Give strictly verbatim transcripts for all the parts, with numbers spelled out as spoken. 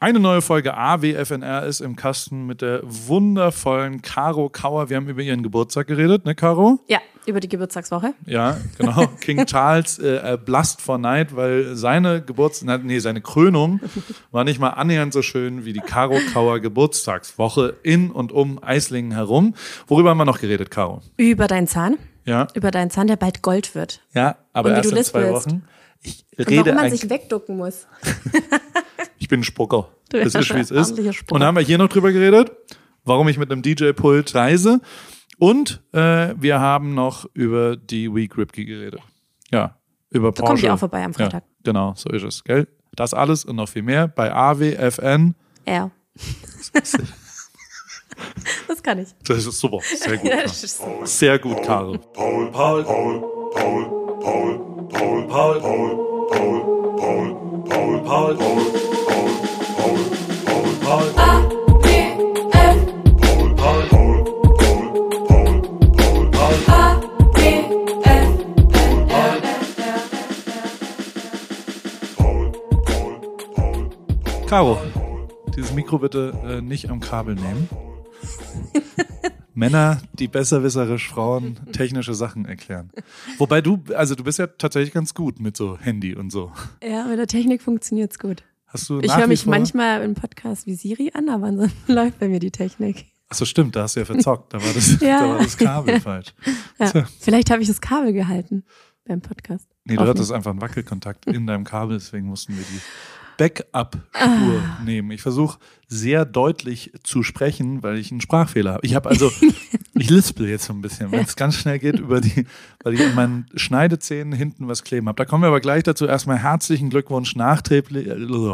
Eine neue Folge A W F N R ist im Kasten mit der wundervollen Caro Kauer. Wir haben über ihren Geburtstag geredet, ne Caro? Ja, über die Geburtstagswoche. Ja, genau. King Charles äh, erblasst vor Neid, weil seine Geburts... nee, seine Krönung war nicht mal annähernd so schön wie die Caro Kauer Geburtstagswoche in und um Eislingen herum. Worüber haben wir noch geredet, Caro? Über deinen Zahn. Ja. Über deinen Zahn, der bald Gold wird. Ja, aber und wie erst du in zwei lispelst. Wochen. Ich Und rede warum man eigentlich- sich wegducken muss. Ich bin ein Spucker. Du Das bist ist, wie es ein ist. ordentlicher Spucker. Und dann haben wir hier noch drüber geredet, warum ich mit einem D J-Pult reise. Und äh, wir haben noch über die Week Ripkey geredet. Ja, über Da Porsche. kommt ihr auch vorbei am Freitag. Ja, genau, so ist es, gell? Das alles und noch viel mehr bei A W F N. Ja. Das kann ich. Das ist super, sehr gut. Ja, das ist so. Sehr gut, Caro. Paul, Paul, Paul, Paul, Paul, Paul, Paul, Paul, Paul, Paul, Paul, Paul, Paul, Paul, Paul, Paul, A W F Paul, Paul, Paul, Paul, Paul, Paul, Paul, A W F N R. Paul, Paul, Paul, Caro, dieses Mikro bitte äh, nicht am Kabel nehmen. Männer, die besserwisserisch Frauen technische Sachen erklären. Wobei du, also du bist ja tatsächlich ganz gut mit so Handy und so. Ja, mit der Technik funktioniert's gut. Hast du Ich nach höre wie mich vor- manchmal im Podcast wie Siri an, aber ansonsten läuft bei mir die Technik. Achso, stimmt, da hast du ja verzockt. Da war das, Ja. da war das Kabel falsch. Ja. Tja. Vielleicht habe ich das Kabel gehalten beim Podcast. Nee, du Auch hattest nicht. einfach einen Wackelkontakt in deinem Kabel, deswegen mussten wir die Backup-Spur Ah. nehmen. Ich versuche sehr deutlich zu sprechen, weil ich einen Sprachfehler habe. Ich habe also, ich lispel jetzt so ein bisschen, wenn es ganz schnell geht über die, weil ich an meinen Schneidezähnen hinten was kleben habe. Da kommen wir aber gleich dazu. Erstmal herzlichen Glückwunsch nachträglich.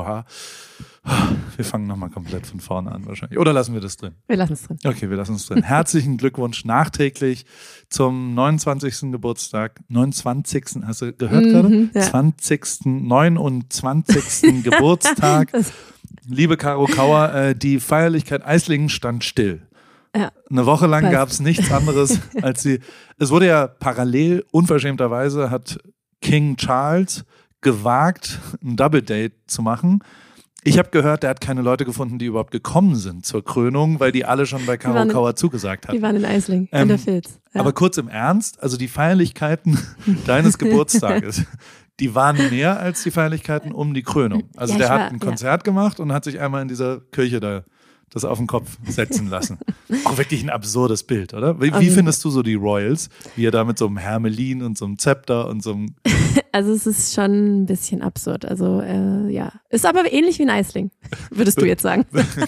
Wir fangen nochmal komplett von vorne an wahrscheinlich. Oder lassen wir das drin? Wir lassen es drin. Okay, wir lassen es drin. Herzlichen Glückwunsch nachträglich zum neunundzwanzigsten Geburtstag. neunundzwanzigsten Hast du gehört gerade? Mhm, ja. zwanzigsten neunundzwanzigsten Geburtstag. Das- Liebe Caro Kauer, äh, die Feierlichkeit Eislingen stand still. Ja. Eine Woche lang Passt. gab es nichts anderes als sie. Es wurde ja parallel, unverschämterweise, hat King Charles gewagt, ein Double Date zu machen. Ich habe gehört, der hat keine Leute gefunden, die überhaupt gekommen sind zur Krönung, weil die alle schon bei Caro waren- Kauer zugesagt hatten. Die waren in Eisling, Ähm, in der Filz. Ja. Aber kurz im Ernst, also die Feierlichkeiten deines Geburtstages, die waren mehr als die Feierlichkeiten um die Krönung. Also Ja, der ich hat war- ein ja. Konzert gemacht und hat sich einmal in dieser Kirche da das auf den Kopf setzen lassen. Auch wirklich ein absurdes Bild, oder? Wie, Auf wie jeden findest du so die Royals, wie er da mit so einem Hermelin und so einem Zepter und so einem... Also es ist schon ein bisschen absurd. Also äh, ja, ist aber ähnlich wie ein Eisling, würdest du jetzt sagen.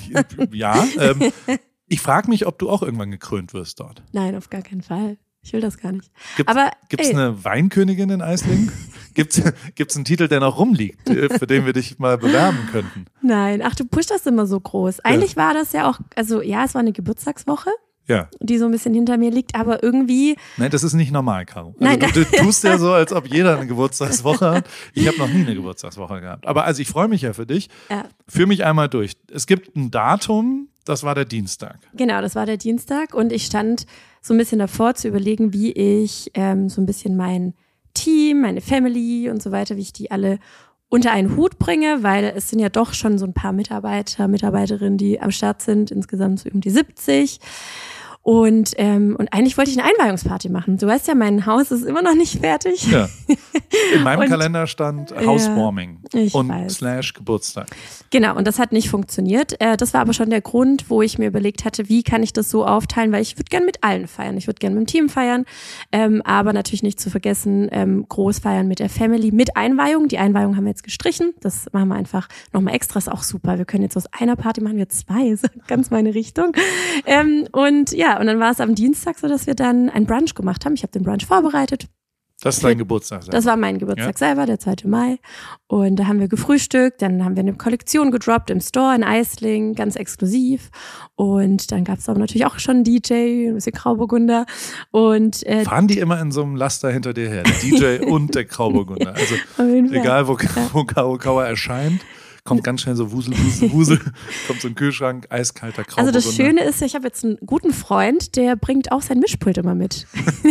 ja, ähm, ich frage mich, ob du auch irgendwann gekrönt wirst dort. Nein, auf gar keinen Fall. Ich will das gar nicht. Gibt Aber es ey, eine Weinkönigin in Eislingen? Gibt es einen Titel, der noch rumliegt, äh, für den wir dich mal bewerben könnten? nein, ach, du pusht das immer so groß. Eigentlich war das ja auch, also ja, es war eine Geburtstagswoche, Ja. die so ein bisschen hinter mir liegt, aber irgendwie, Nein, das ist nicht normal, Caro. Also Nein. du, du tust ja so, als ob jeder eine Geburtstagswoche hat. Ich habe noch nie eine Geburtstagswoche gehabt. Aber also ich freue mich ja für dich. ja, Führ mich einmal durch. Es gibt ein Datum, das war der Dienstag. genau, das war der Dienstag und ich stand so ein bisschen davor zu überlegen, wie ich ähm, so ein bisschen mein Team, meine Family und so weiter, wie ich die alle unter einen Hut bringe, weil es sind ja doch schon so ein paar Mitarbeiter, Mitarbeiterinnen, die am Start sind, insgesamt so um die siebzig. Und, ähm, und eigentlich wollte ich eine Einweihungsparty machen. Du weißt ja, mein Haus ist immer noch nicht fertig. Ja. In meinem Und- Kalender stand Housewarming ich und weiß. slash Geburtstag. Genau, und das hat nicht funktioniert. Äh, das war aber schon der Grund, wo ich mir überlegt hatte, wie kann ich das so aufteilen, weil ich würde gerne mit allen feiern. Ich würde gerne mit dem Team feiern, ähm, aber natürlich nicht zu vergessen, ähm, groß feiern mit der Family, mit Einweihung. Die Einweihung haben wir jetzt gestrichen. Das machen wir einfach nochmal extra, ist auch super. Wir können jetzt aus einer Party machen wir zwei, ist ganz meine Richtung. Ähm, und ja, und dann war es am Dienstag so, dass wir dann ein Brunch gemacht haben. Ich habe den Brunch vorbereitet. Das ist dein Geburtstag. Das war mein Geburtstag Ja. selber, der zweite Mai. Und da haben wir gefrühstückt, dann haben wir eine Kollektion gedroppt im Store in Eisling, ganz exklusiv. Und dann gab es aber natürlich auch schon einen D J, ein bisschen Grauburgunder. Und äh, Fahren die immer in so einem Laster hinter dir her, der D J und der Grauburgunder. Also auf jeden Fall. egal, wo, wo Caro Kauer erscheint, kommt ganz schnell so Wusel, Wusel, Wusel, kommt so ein Kühlschrank, eiskalter Grauburgunder. Also das Schöne ist, ich habe jetzt einen guten Freund, der bringt auch sein Mischpult immer mit.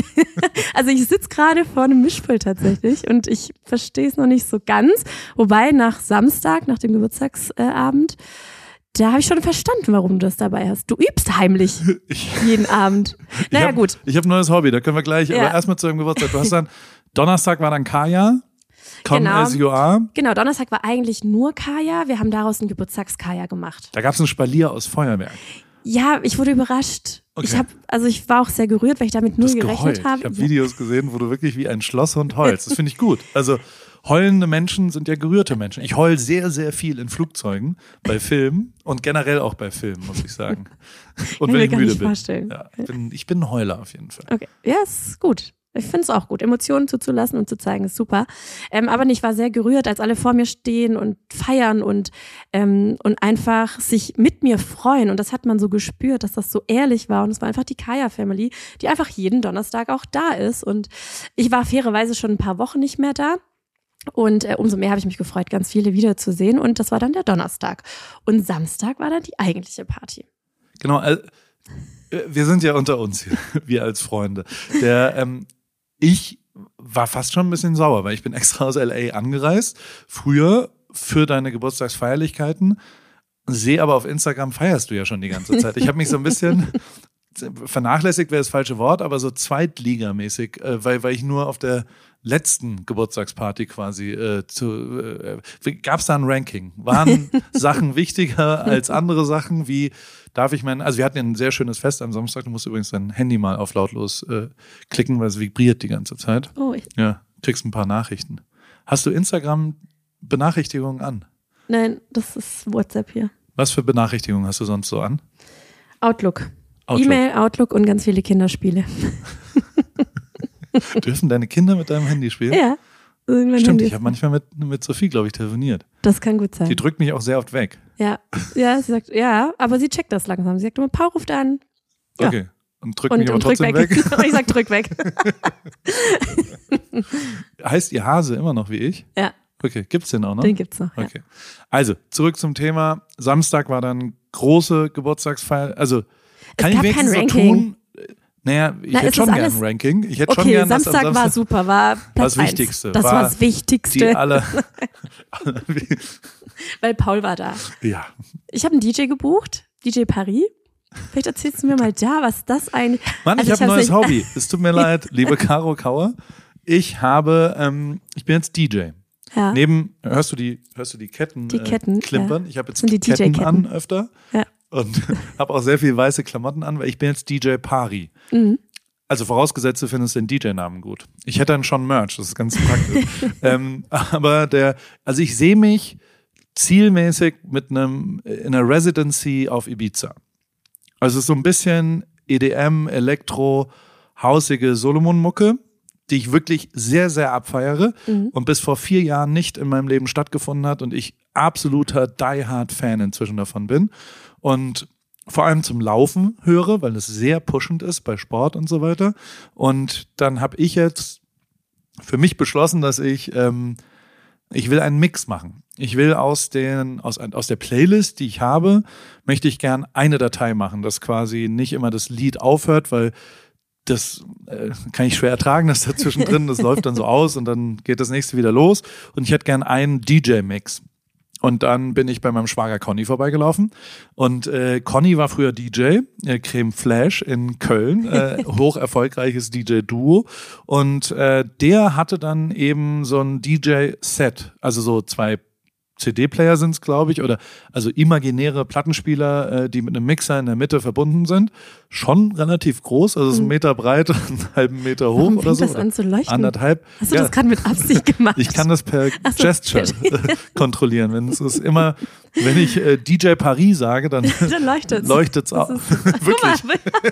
Also ich sitze gerade vor einem Mischpult tatsächlich und ich verstehe es noch nicht so ganz. Wobei nach Samstag, nach dem Geburtstagsabend, da habe ich schon verstanden, warum du das dabei hast. Du übst heimlich ich, jeden Abend. Naja, ich hab, gut. Ich habe ein neues Hobby, da können wir gleich, Ja. aber erstmal zu deinem Geburtstag. Du hast dann, Donnerstag war dann Kaya, Come Genau. As You Are. Genau, Donnerstag war eigentlich nur Kaya. Wir haben daraus ein Geburtstagskaya gemacht. Da gab es ein Spalier aus Feuerwerk. Ja, ich wurde überrascht. Okay. Ich habe, also ich war auch sehr gerührt, weil ich damit Du null hast gerechnet geheult. habe. Ich habe Videos gesehen, wo du wirklich wie ein Schlosshund heulst. Das finde ich gut. Also heulende Menschen sind ja gerührte Menschen. Ich heul sehr, sehr viel in Flugzeugen, bei Filmen und generell auch bei Filmen, muss ich sagen. Und Kann wenn ich ich mir gar müde nicht bin. vorstellen. Ja, ich, bin ich bin ein Heuler auf jeden Fall. Okay, ja, ist gut. Ich finde es auch gut, Emotionen zuzulassen und zu zeigen, ist super. Ähm, aber ich war sehr gerührt, als alle vor mir stehen und feiern und, ähm, und einfach sich mit mir freuen. Und das hat man so gespürt, dass das so ehrlich war. Und es war einfach die Kaya-Family, die einfach jeden Donnerstag auch da ist. Und ich war fairerweise schon ein paar Wochen nicht mehr da. Und äh, umso mehr habe ich mich gefreut, ganz viele wiederzusehen. Und das war dann der Donnerstag. Und Samstag war dann die eigentliche Party. Genau, äh, wir sind ja unter uns hier, wir als Freunde. Der, ähm, ich war fast schon ein bisschen sauer, weil ich bin extra aus L A angereist, früher für deine Geburtstagsfeierlichkeiten, sehe aber auf Instagram feierst du ja schon die ganze Zeit. Ich habe mich so ein bisschen vernachlässigt, wäre das falsche Wort, aber so zweitligamäßig, äh, weil, weil ich nur auf der letzten Geburtstagsparty quasi äh, zu äh, gab es da ein Ranking? Waren Sachen wichtiger als andere Sachen? Wie darf ich mein, also wir hatten ja ein sehr schönes Fest am Samstag, du musst übrigens dein Handy mal auf lautlos äh, klicken, weil es vibriert die ganze Zeit. Oh, ich, Ja, kriegst ein paar Nachrichten. Hast du Instagram Benachrichtigungen an? nein, das ist WhatsApp hier. Was für Benachrichtigungen hast du sonst so an? Outlook. Outlook. E-Mail, Outlook und ganz viele Kinderspiele. Dürfen deine Kinder mit deinem Handy spielen? Ja. Irgendwann Stimmt, Handy ich ist- habe manchmal mit, mit Sophie, glaube ich, telefoniert. Das kann gut sein. Die drückt mich auch sehr oft weg. Ja, ja, sie sagt, ja, aber sie checkt das langsam. Sie sagt immer, Paul ruft an. Ja. Okay. Und drückt Und, mich aber und drück trotzdem weg. weg. Und ich sag, drück weg. Heißt ihr Hase immer noch wie ich? Ja, Okay, gibt's den auch noch? den gibt's noch. Ja. Okay. Also, zurück zum Thema. Samstag war dann große Geburtstagsfeier. Also, kann Es ich gab kein wenigstens so Ranking. tun? Naja, ich Na, hätte es schon ist gern alles- ein Ranking. Ich hätte schon Okay, gern, dass am Samstag war Samstag super, war Platz das eins. Wichtigste. Das war war das die Wichtigste, alle, weil Paul war da. ja, Ich habe einen D J gebucht, D J Paris. Vielleicht erzählst du mir mal da, was das eigentlich... Mann, Also ich habe ein hab's neues nicht- Hobby. Es tut mir leid, liebe Caro Kauer. Ich habe, ähm, ich bin jetzt D J. Ja. Neben, hörst du die, hörst du die Ketten, Die Ketten, äh, klimpern? ja. Ich habe jetzt Sind die Ketten D J-Ketten. an öfter Ja. und habe auch sehr viel weiße Klamotten an, weil ich bin jetzt D J Pari. Mhm. Also vorausgesetzt, du findest den D J-Namen gut. Ich hätte dann schon Merch, das ist ganz praktisch. ähm, aber der, also ich sehe mich zielmäßig mit einem, in einer Residency auf Ibiza. Also so ein bisschen E D M, Elektro, hausige Solomon-Mucke, die ich wirklich sehr, sehr abfeiere Mhm. und bis vor vier Jahren nicht in meinem Leben stattgefunden hat und ich absoluter Die-Hard-Fan inzwischen davon bin und vor allem zum Laufen höre, weil es sehr pushend ist bei Sport und so weiter. Und dann habe ich jetzt für mich beschlossen, dass ich, ähm, ich will einen Mix machen. Ich will aus, den, aus, aus der Playlist, die ich habe, möchte ich gern eine Datei machen, dass quasi nicht immer das Lied aufhört, weil das äh, kann ich schwer ertragen, das dazwischen drin, das läuft dann so aus und dann geht das nächste wieder los. Und ich hätte gern einen D J-Mix. Und dann bin ich bei meinem Schwager Conny vorbeigelaufen. Und äh, Conny war früher D J, äh, Creme Flash in Köln, äh, hoch erfolgreiches D J-Duo. Und äh, der hatte dann eben so ein D J-Set, also so zwei C D-Player sind es, glaube ich, oder also imaginäre Plattenspieler, äh, die mit einem Mixer in der Mitte verbunden sind. Schon relativ groß, also so einen Meter breit, einen halben Meter hoch Warum oder fängt so. das an zu leuchten? Anderthalb. Hast du Ja. das gerade mit Absicht gemacht? Ich kann das per Ach so. Gesture kontrollieren. Wenn es ist immer, wenn ich äh, D J Paris sage, dann Dann leuchtet's. leuchtet's Das auch. ist- Wirklich.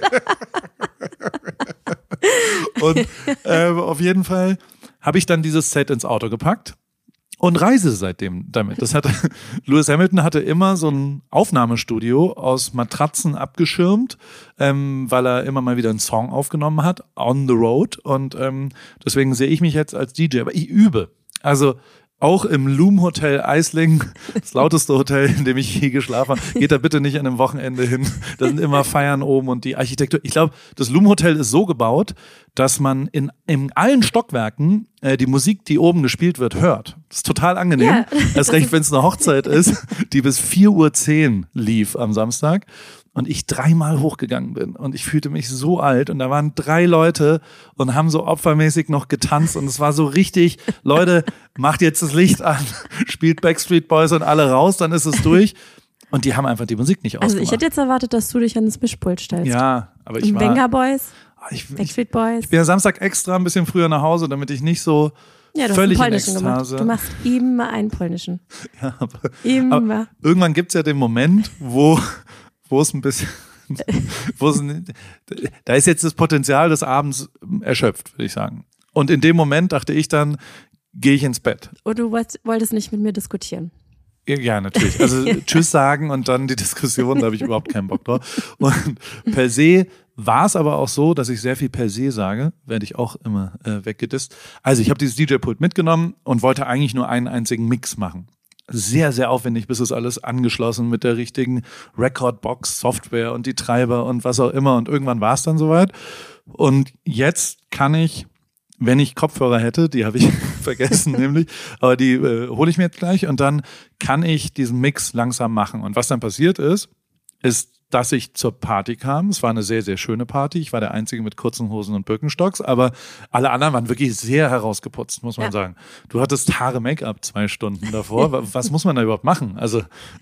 Guck mal. Und äh, auf jeden Fall habe ich dann dieses Set ins Auto gepackt und reise seitdem damit. Das hatte, Lewis Hamilton hatte immer so ein Aufnahmestudio aus Matratzen abgeschirmt, ähm, weil er immer mal wieder einen Song aufgenommen hat, on the road. Und ähm, deswegen sehe ich mich jetzt als D J. Aber ich übe. Also auch im Loom Hotel Eisling, das lauteste Hotel, in dem ich je geschlafen habe. Geht da bitte nicht an einem Wochenende hin. Da sind immer Feiern oben und die Architektur. Ich glaube, das Loom Hotel ist so gebaut, dass man in, in allen Stockwerken äh, die Musik, die oben gespielt wird, hört. Das ist total angenehm. Ja, Erst recht, wenn es eine Hochzeit ist, die bis vier Uhr zehn lief am Samstag. Und ich dreimal hochgegangen bin und ich fühlte mich so alt und da waren drei Leute und haben so opfermäßig noch getanzt und es war so richtig, Leute, macht jetzt das Licht an, spielt Backstreet Boys und alle raus, dann ist es durch. Und die haben einfach die Musik nicht ausgemacht. Also ich hätte jetzt erwartet, dass du dich an das Mischpult stellst. Ja, aber ich Und war... Venga Boys, ich, ich, Backstreet Boys. ich bin ja Samstag extra ein bisschen früher nach Hause, damit ich nicht so Ja, du völlig hast in einen polnischen gemacht. Ekstase... Du machst immer einen polnischen. Ja, aber, Immer. aber irgendwann gibt es ja den Moment, wo, wo es ein bisschen... wo es, da ist jetzt das Potenzial des Abends erschöpft, würde ich sagen. Und in dem Moment dachte ich dann, gehe ich ins Bett. Und du wolltest nicht mit mir diskutieren. Ja, natürlich. Also Tschüss sagen und dann die Diskussion, da habe ich überhaupt keinen Bock drauf. Und per se war es aber auch so, dass ich sehr viel per se sage, werde ich auch immer äh, weggedisst. Also ich habe dieses D J-Pult mitgenommen und wollte eigentlich nur einen einzigen Mix machen. Sehr, sehr aufwendig, bis es alles angeschlossen mit der richtigen Recordbox, Software und die Treiber und was auch immer. Und irgendwann war es dann soweit. Und jetzt kann ich, wenn ich Kopfhörer hätte, die habe ich vergessen nämlich, aber die äh, hole ich mir jetzt gleich und dann kann ich diesen Mix langsam machen. Und was dann passiert ist, ist, dass ich zur Party kam. Es war eine sehr, sehr schöne Party. Ich war der Einzige mit kurzen Hosen und Birkenstocks, aber alle anderen waren wirklich sehr herausgeputzt, muss man Ja. sagen. Du hattest Haare Make-up zwei Stunden davor. Was muss man da überhaupt machen? Also,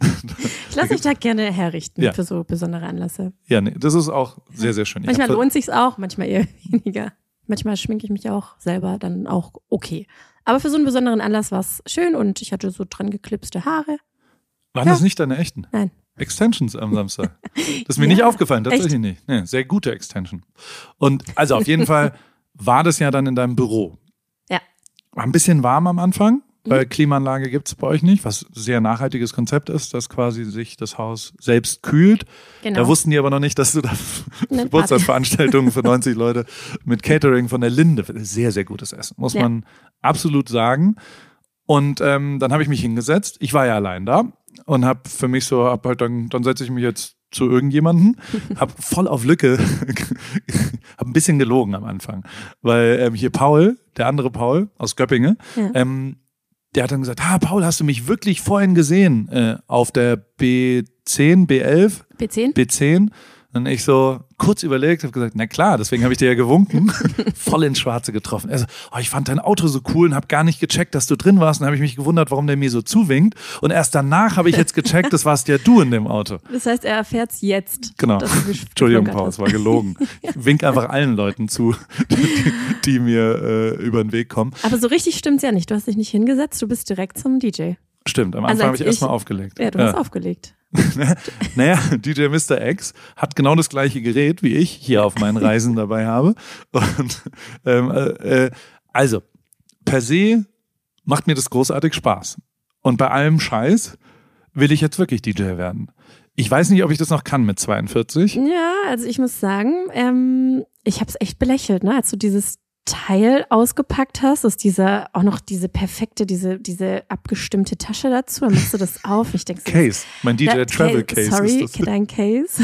Ich lasse mich da gerne herrichten Ja. für so besondere Anlässe. ja, nee, das ist auch sehr, sehr schön. Ich Manchmal hab- lohnt sich's auch, manchmal eher weniger. Manchmal schminke ich mich auch selber, dann auch okay. Aber für so einen besonderen Anlass war es schön und ich hatte so dran geklipste Haare. Waren Ja. das nicht deine echten? Nein. Extensions am Samstag. Das ist mir Ja, nicht aufgefallen, tatsächlich echt? nicht. Nee, sehr gute Extension. Und also auf jeden Fall war das ja dann in deinem Büro. Ja. War ein bisschen warm am Anfang, weil Klimaanlage gibt es bei euch nicht, was ein sehr nachhaltiges Konzept ist, dass quasi sich das Haus selbst kühlt. Genau. Da wussten die aber noch nicht, dass du da Eine Geburtstagsveranstaltungen für neunzig Leute mit Catering von der Linde, sehr, sehr gutes Essen, muss Ja. man absolut sagen. Und ähm, dann habe ich mich hingesetzt. Ich war ja allein da und habe für mich so, hab halt dann, dann setze ich mich jetzt zu irgendjemanden, habe voll auf Lücke, habe ein bisschen gelogen am Anfang, weil ähm, hier Paul, der andere Paul aus Göppingen, Ja. ähm, der hat dann gesagt, ah Paul, hast du mich wirklich vorhin gesehen äh, auf der B zehn, B elf, B zehn? B zehn? Und ich so kurz überlegt, habe gesagt, na klar, deswegen habe ich dir ja gewunken, voll ins Schwarze getroffen. Also, oh, ich fand dein Auto so cool und habe gar nicht gecheckt, dass du drin warst. Und habe ich mich gewundert, warum der mir so zuwinkt. Und erst danach habe ich jetzt gecheckt, das warst ja du in dem Auto. Das heißt, er erfährt's jetzt. Genau. dass du gesch- Entschuldigung, geflunkert Paul, hast. es war gelogen. Ich wink einfach allen Leuten zu, die, die mir äh, über den Weg kommen. Aber so richtig stimmt's ja nicht. Du hast dich nicht hingesetzt, du bist direkt zum D J. Stimmt, am Also Anfang habe als ich erstmal ich- aufgelegt. Ja, du hast aufgelegt. Naja, D J Mister X hat genau das gleiche Gerät, wie ich hier auf meinen Reisen dabei habe. Und ähm, äh, also, per se macht mir das großartig Spaß. Und bei allem Scheiß will ich jetzt wirklich D J werden. Ich weiß nicht, ob ich das noch kann mit zweiundvierzig. Ja, also ich muss sagen, ähm, ich habe es echt belächelt, ne, als du dieses Teil ausgepackt hast, ist dieser auch noch diese perfekte, diese diese abgestimmte Tasche dazu. Dann machst du das auf. Ich denke, so, Case, mein D J Ja, Travel Case, Case sorry, ist das. dein Case.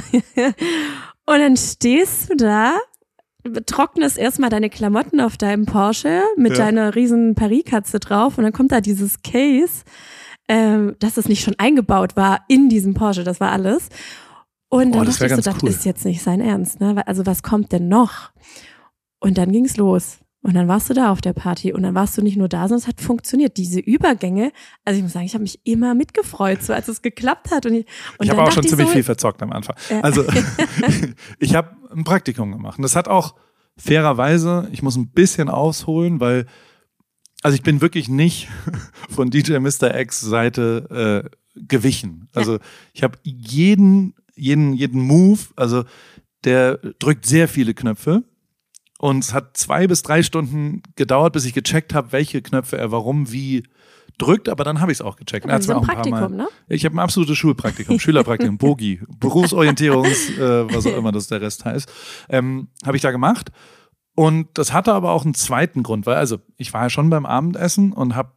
Und dann stehst du da, trocknest erstmal deine Klamotten auf deinem Porsche mit Ja. deiner riesen Paris-Katze drauf und dann kommt da dieses Case, ähm, dass es nicht schon eingebaut war in diesem Porsche, das war alles. Und Oh, dann das dachte wär ich so, ganz das cool. ist jetzt nicht sein Ernst, ne? Also was kommt denn noch? Und dann ging's los. Und dann warst du da auf der Party und dann warst du nicht nur da, sondern es hat funktioniert. Diese Übergänge, also ich muss sagen, ich habe mich immer mitgefreut, so als es geklappt hat. Und ich, und Ich dann habe auch dachte schon ich ziemlich so, viel verzockt am Anfang. Ja. Also ich habe ein Praktikum gemacht. Und das hat auch fairerweise, ich muss ein bisschen ausholen, weil, also ich bin wirklich nicht von D J Mister X Seite äh, gewichen. Also ich habe jeden, jeden, jeden Move, also der drückt sehr viele Knöpfe. Und es hat zwei bis drei Stunden gedauert, bis ich gecheckt habe, welche Knöpfe er warum wie drückt, aber dann habe ich es auch gecheckt. Er hat's so mir ein auch ein paar Praktikum, Mal, ne? Ich habe ein absolutes Schulpraktikum, Schülerpraktikum, Bogi, Berufsorientierungs, äh, was auch immer das der Rest heißt, ähm, habe ich da gemacht. Und das hatte aber auch einen zweiten Grund, weil also ich war ja schon beim Abendessen und habe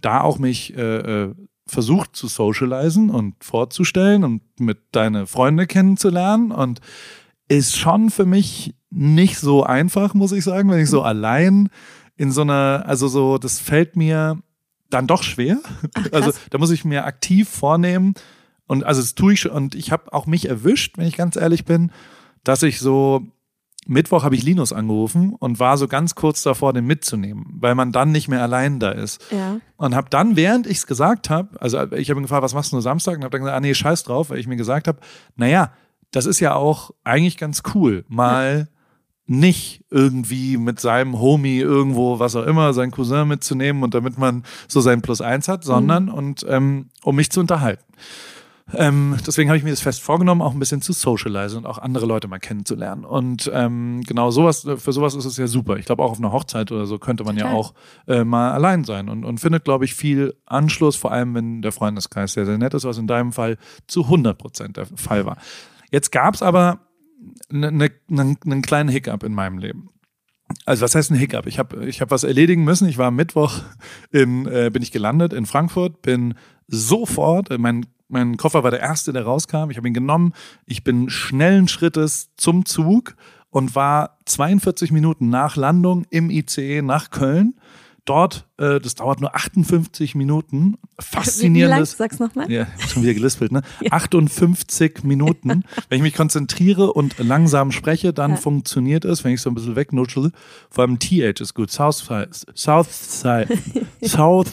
da auch mich äh, versucht zu socialisen und vorzustellen und mit deine Freunde kennenzulernen und ist schon für mich nicht so einfach, muss ich sagen, wenn ich so allein in so einer, also so, das fällt mir dann doch schwer. Ach, also da muss ich mir aktiv vornehmen und also das tue ich schon und ich habe auch mich erwischt, wenn ich ganz ehrlich bin, dass ich so Mittwoch habe ich Linus angerufen und war so ganz kurz davor, den mitzunehmen, weil man dann nicht mehr allein da ist. Ja. Und habe dann, während ich es gesagt habe, also ich habe ihn gefragt, was machst du nur Samstag? Und habe dann gesagt, ah nee, scheiß drauf, weil ich mir gesagt habe, naja, das ist ja auch eigentlich ganz cool, mal ja. nicht irgendwie mit seinem Homie irgendwo, was auch immer, seinen Cousin mitzunehmen und damit man so sein Plus eins hat, sondern mhm. und ähm, um mich zu unterhalten. Ähm, deswegen habe ich mir das fest vorgenommen, auch ein bisschen zu socialisen und auch andere Leute mal kennenzulernen. Und ähm, genau sowas, für sowas ist es ja super. Ich glaube, auch auf einer Hochzeit oder so könnte man ja Total. auch äh, mal allein sein und, und findet, glaube ich, viel Anschluss, vor allem wenn der Freundeskreis sehr, sehr nett ist, was in deinem Fall zu hundert Prozent der Fall war. Jetzt gab es aber einen ne, ne, ne kleinen Hiccup in meinem Leben. Also was heißt ein Hiccup? Ich habe ich hab was erledigen müssen. Ich war am Mittwoch, in, äh, bin ich gelandet in Frankfurt, bin sofort, äh, mein Mein Koffer war der erste, der rauskam. Ich habe ihn genommen. Ich bin schnellen Schrittes zum Zug und war zweiundvierzig Minuten nach Landung im I C E nach Köln. Dort, äh, das dauert nur achtundfünfzig Minuten. Faszinierendes. Wie lang? Sag's nochmal. Ja, schon wieder gelispelt, ne? Ja. achtundfünfzig Minuten. Wenn ich mich konzentriere und langsam spreche, dann ja. funktioniert es. Wenn ich so ein bisschen wegnutschle, vor allem T H ist gut. Southside. Southside. South.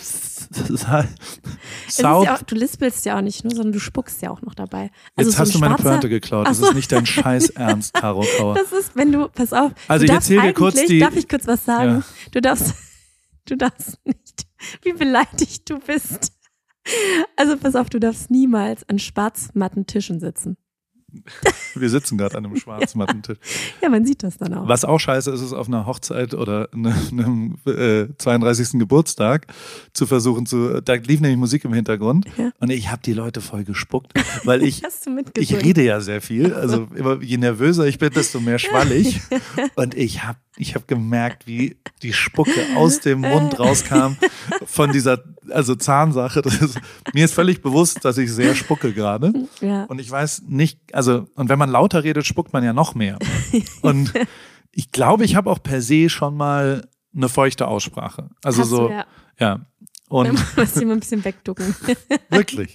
South. Ja auch, du lispelst ja auch nicht nur, sondern du spuckst ja auch noch dabei. Also jetzt so hast du meine Pointe geklaut. Das so. ist nicht dein Scheiß Ernst, Caro Kauer. Das ist, wenn du, pass auf. Also ich erzähle dir kurz die. Darf ich kurz was sagen? Ja. Du darfst, du darfst nicht, wie beleidigt du bist. Also pass auf, du darfst niemals an Schwarzmattentischen sitzen. Wir sitzen gerade an einem Schwarzmattentisch. Ja, man sieht das dann auch. Was auch scheiße ist, ist auf einer Hochzeit oder einem äh, zweiunddreißigsten Geburtstag zu versuchen zu, da lief nämlich Musik im Hintergrund ja. und ich habe die Leute voll gespuckt, weil ich, Hast du ich rede ja sehr viel, also immer, je nervöser ich bin, desto mehr schwall ich und ich habe ich hab gemerkt, wie die Spucke aus dem Mund rauskam von dieser also Zahnsache. Das ist, mir ist völlig bewusst, dass ich sehr spucke gerade ja. und ich weiß nicht, also und wenn man lauter redet, spuckt man ja noch mehr. Und ich glaube, ich habe auch per se schon mal eine feuchte Aussprache. Also Hast so, du, ja. ja. Und du musst dich mal ein bisschen wegducken. Wirklich.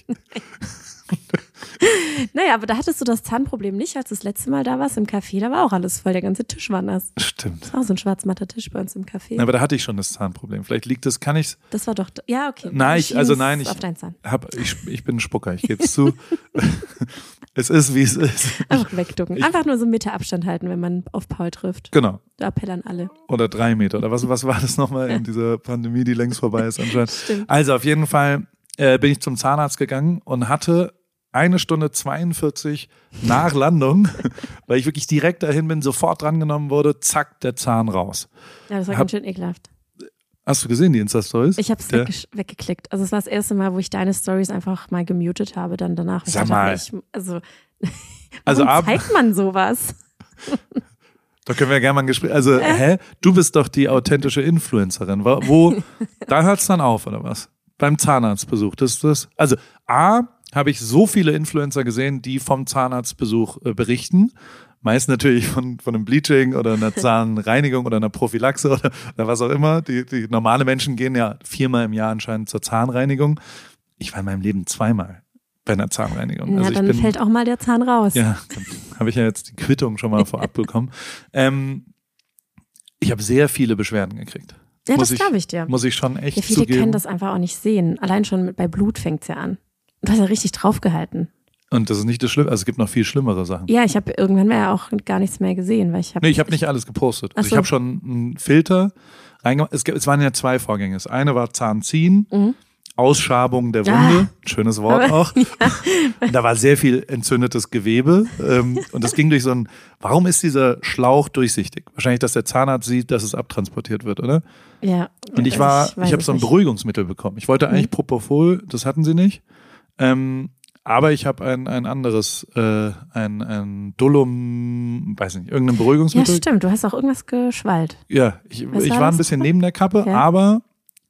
Naja, aber da hattest du das Zahnproblem nicht, als du das letzte Mal da warst im Café. Da war auch alles voll, der ganze Tisch war nass. Stimmt. Das war auch so ein schwarzmatter Tisch bei uns im Café. Aber da hatte ich schon das Zahnproblem. Vielleicht liegt das, kann ich Das war doch, ja, okay. Nein, ich, also nein, ich, auf deinen Zahn. hab, ich, ich bin ein Spucker, ich gebe es zu. Es ist, wie es ist. Einfach wegducken. Einfach nur so einen Meter Abstand halten, wenn man auf Paul trifft. Genau. Der Appell an alle. Oder drei Meter. Oder was, was war das nochmal in dieser Pandemie, die längst vorbei ist anscheinend. Stimmt. Also auf jeden Fall äh, bin ich zum Zahnarzt gegangen und hatte eine Stunde zweiundvierzig nach Landung, weil ich wirklich direkt dahin bin, sofort drangenommen wurde, zack, der Zahn raus. Ja, das war Hab, ganz schön ekelhaft. Hast du gesehen, die Insta-Stories? Ich habe es wegge- weggeklickt. Also es war das erste Mal, wo ich deine Stories einfach mal gemutet habe, dann danach. Sag ich mal. Ich, also, also warum ab, zeigt man sowas? Da können wir ja gerne mal ein Gespräch, also äh? hä, du bist doch die authentische Influencerin. Wo, wo da hört es dann auf, oder was? Beim Zahnarztbesuch, das ist das. Also A, habe ich so viele Influencer gesehen, die vom Zahnarztbesuch äh, berichten. Meist natürlich von, von einem Bleaching oder einer Zahnreinigung oder einer Prophylaxe oder, oder was auch immer. Die, die normale Menschen gehen ja viermal im Jahr anscheinend zur Zahnreinigung. Ich war in meinem Leben zweimal bei einer Zahnreinigung. Ja, also dann ich bin, fällt auch mal der Zahn raus. Ja, dann habe ich ja jetzt die Quittung schon mal vorab bekommen. Ähm, ich habe sehr viele Beschwerden gekriegt. Ja, muss das glaube ich dir. Muss ich schon echt ja, viele zugeben. können das einfach auch nicht sehen. Allein schon mit, bei Blut fängt es ja an. Du hast ja richtig draufgehalten. Und das ist nicht das Schlimme, also es gibt noch viel schlimmere Sachen. Ja, ich habe irgendwann ja auch gar nichts mehr gesehen, weil ich habe. Nee, ich habe nicht alles gepostet. Also so. Ich habe schon einen Filter reingemacht. Es, es waren ja zwei Vorgänge. Das eine war Zahnziehen, mhm. Ausschabung der Wunde, ah, schönes Wort aber, auch. Ja. Und da war sehr viel entzündetes Gewebe. Ähm, und das ging durch so ein, warum ist dieser Schlauch durchsichtig? Wahrscheinlich, dass der Zahnarzt sieht, dass es abtransportiert wird, oder? Ja. Und ich war, ich, ich habe so ein Beruhigungsmittel bekommen. Ich wollte eigentlich mhm. Propofol, das hatten sie nicht. Ähm, aber ich habe ein, ein anderes, äh, ein, ein Dolum, weiß nicht, irgendein Beruhigungsmittel. Ja, stimmt, du hast auch irgendwas geschwallt. Ja, ich, ich war ein bisschen neben der Kappe, ja. aber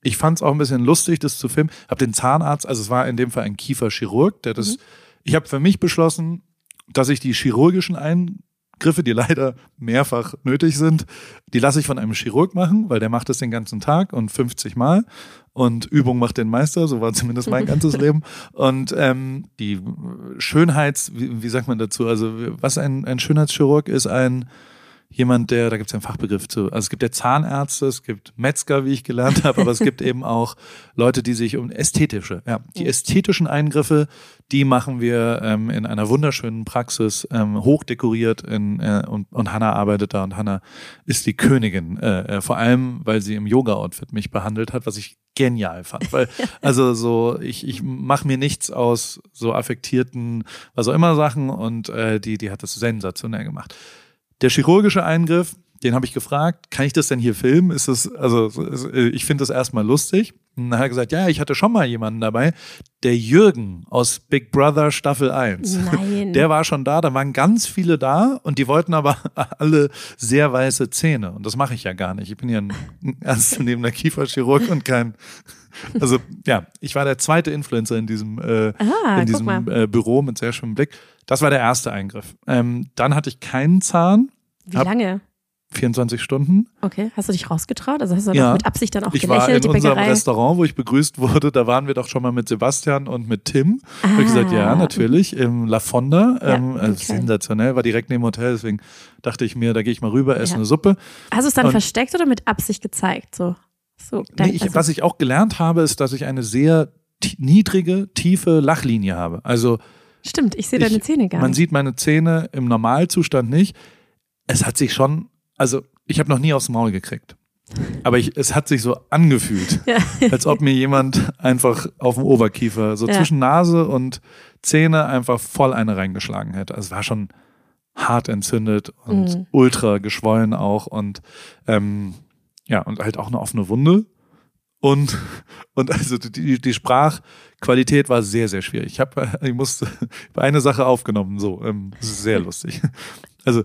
ich fand es auch ein bisschen lustig, das zu filmen. Habe den Zahnarzt, also es war in dem Fall ein Kieferchirurg, der das, mhm. ich habe für mich beschlossen, dass ich die chirurgischen Eingriffe, die leider mehrfach nötig sind, die lasse ich von einem Chirurg machen, weil der macht das den ganzen Tag und fünfzig Mal. Und Übung macht den Meister, so war zumindest mein ganzes Leben. Und ähm, die Schönheits, wie, wie sagt man dazu, also was ein, ein Schönheitschirurg ist, ein jemand, der, da gibt es einen Fachbegriff zu, also es gibt ja Zahnärzte, es gibt Metzger, wie ich gelernt habe, aber es gibt eben auch Leute, die sich um ästhetische, ja, die ästhetischen Eingriffe, die machen wir ähm, in einer wunderschönen Praxis, ähm, hochdekoriert in, äh, und, und Hannah arbeitet da und Hannah ist die Königin, äh, äh, vor allem, weil sie im Yoga-Outfit mich behandelt hat, was ich genial fand, weil also so ich ich mache mir nichts aus so affektierten was auch immer Sachen und äh, die die hat das sensationell gemacht. Der chirurgische Eingriff, den habe ich gefragt, kann ich das denn hier filmen? Ist das, also ich finde das erstmal lustig. Und dann hat er gesagt, ja, ich hatte schon mal jemanden dabei, der Jürgen aus Big Brother Staffel eins. Nein. Der war schon da, da waren ganz viele da und die wollten aber alle sehr weiße Zähne. Und das mache ich ja gar nicht. Ich bin ja ein ernstzunehmender Kieferchirurg und kein, also ja, ich war der zweite Influencer in diesem, äh, ah, in diesem äh, Büro mit sehr schönem Blick. Das war der erste Eingriff. Ähm, dann hatte ich keinen Zahn. Wie lange? vierundzwanzig Stunden. Okay, hast du dich rausgetraut? Also hast du ja. mit Absicht dann auch ich gelächelt, war in die unserem Bäckerei? Restaurant, wo ich begrüßt wurde, da waren wir doch schon mal mit Sebastian und mit Tim. Ah. Habe ich gesagt, ja, natürlich, im La Fonda. Ja, ähm, also okay. Sensationell, war direkt neben dem Hotel, deswegen dachte ich mir, da gehe ich mal rüber, esse ja. eine Suppe. Hast du es dann und versteckt oder mit Absicht gezeigt? So, so nee, ich, also was ich auch gelernt habe, ist, dass ich eine sehr t- niedrige, tiefe Lachlinie habe. Also stimmt, ich sehe deine Zähne gar nicht. Man sieht meine Zähne im Normalzustand nicht. Es hat sich schon, also ich habe noch nie aufs Maul gekriegt. Aber ich, es hat sich so angefühlt, ja. als ob mir jemand einfach auf dem Oberkiefer, so ja. zwischen Nase und Zähne einfach voll eine reingeschlagen hätte. Also es war schon hart entzündet und mhm. ultra geschwollen auch und ähm, ja, und halt auch eine offene Wunde. Und, und also die, die Sprachqualität war sehr, sehr schwierig. Ich habe ich musste eine Sache aufgenommen, so, ähm, sehr lustig. Also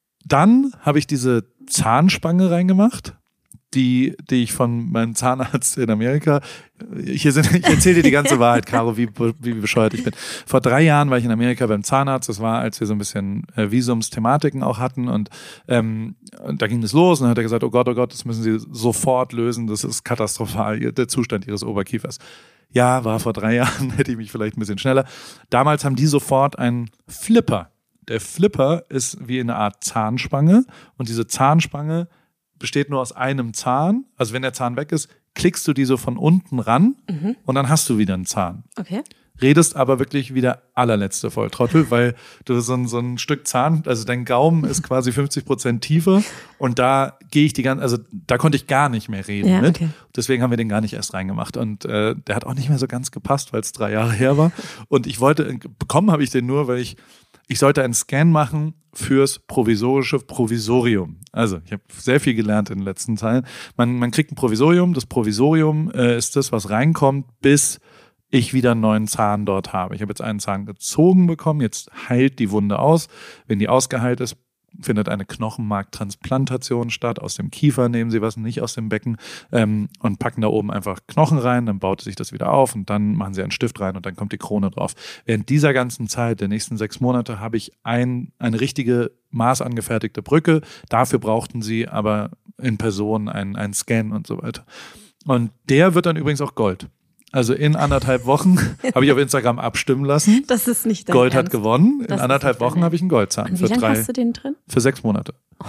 dann habe ich diese Zahnspange reingemacht, die, die ich von meinem Zahnarzt in Amerika, hier sind, ich erzähle dir die ganze Wahrheit, Caro, wie, wie bescheuert ich bin. Vor drei Jahren war ich in Amerika beim Zahnarzt, das war, als wir so ein bisschen äh, Visumsthematiken auch hatten und, ähm, und da ging es los und dann hat er gesagt, oh Gott, oh Gott, das müssen Sie sofort lösen, das ist katastrophal, der Zustand Ihres Oberkiefers. Ja, war vor drei Jahren, hätte ich mich vielleicht ein bisschen schneller. Damals haben die sofort einen Flipper. Der Flipper ist wie eine Art Zahnspange und diese Zahnspange besteht nur aus einem Zahn. Also wenn der Zahn weg ist, klickst du die so von unten ran mhm. und dann hast du wieder einen Zahn. Okay. Redest aber wirklich wie der allerletzte Volltrottel, weil du so ein, so ein Stück Zahn, also dein Gaumen ist quasi fünfzig Prozent tiefer und da gehe ich die ganze, also da konnte ich gar nicht mehr reden ja, mit. Okay. Deswegen haben wir den gar nicht erst reingemacht und äh, der hat auch nicht mehr so ganz gepasst, weil es drei Jahre her war. Und ich wollte, bekommen habe ich den nur, weil ich Ich sollte einen Scan machen fürs provisorische Provisorium. Also ich habe sehr viel gelernt in den letzten Teilen. Man, man kriegt ein Provisorium. Das Provisorium äh, ist das, was reinkommt, bis ich wieder einen neuen Zahn dort habe. Ich habe jetzt einen Zahn gezogen bekommen. Jetzt heilt die Wunde aus. Wenn die ausgeheilt ist, findet eine Knochenmarktransplantation statt. Aus dem Kiefer nehmen sie was, nicht aus dem Becken ähm, und packen da oben einfach Knochen rein, dann baut sich das wieder auf und dann machen sie einen Stift rein und dann kommt die Krone drauf. Während dieser ganzen Zeit, der nächsten sechs Monate, habe ich ein, eine richtige maßangefertigte Brücke. Dafür brauchten sie aber in Person einen, einen Scan und so weiter. Und der wird dann übrigens auch Gold. Also in anderthalb Wochen habe ich auf Instagram abstimmen lassen. Das ist nicht dein Gold Ernst. hat gewonnen. In Das anderthalb Wochen habe ich einen Goldzahn. Und wie für lange drei, hast du den drin? Für sechs Monate. Oh.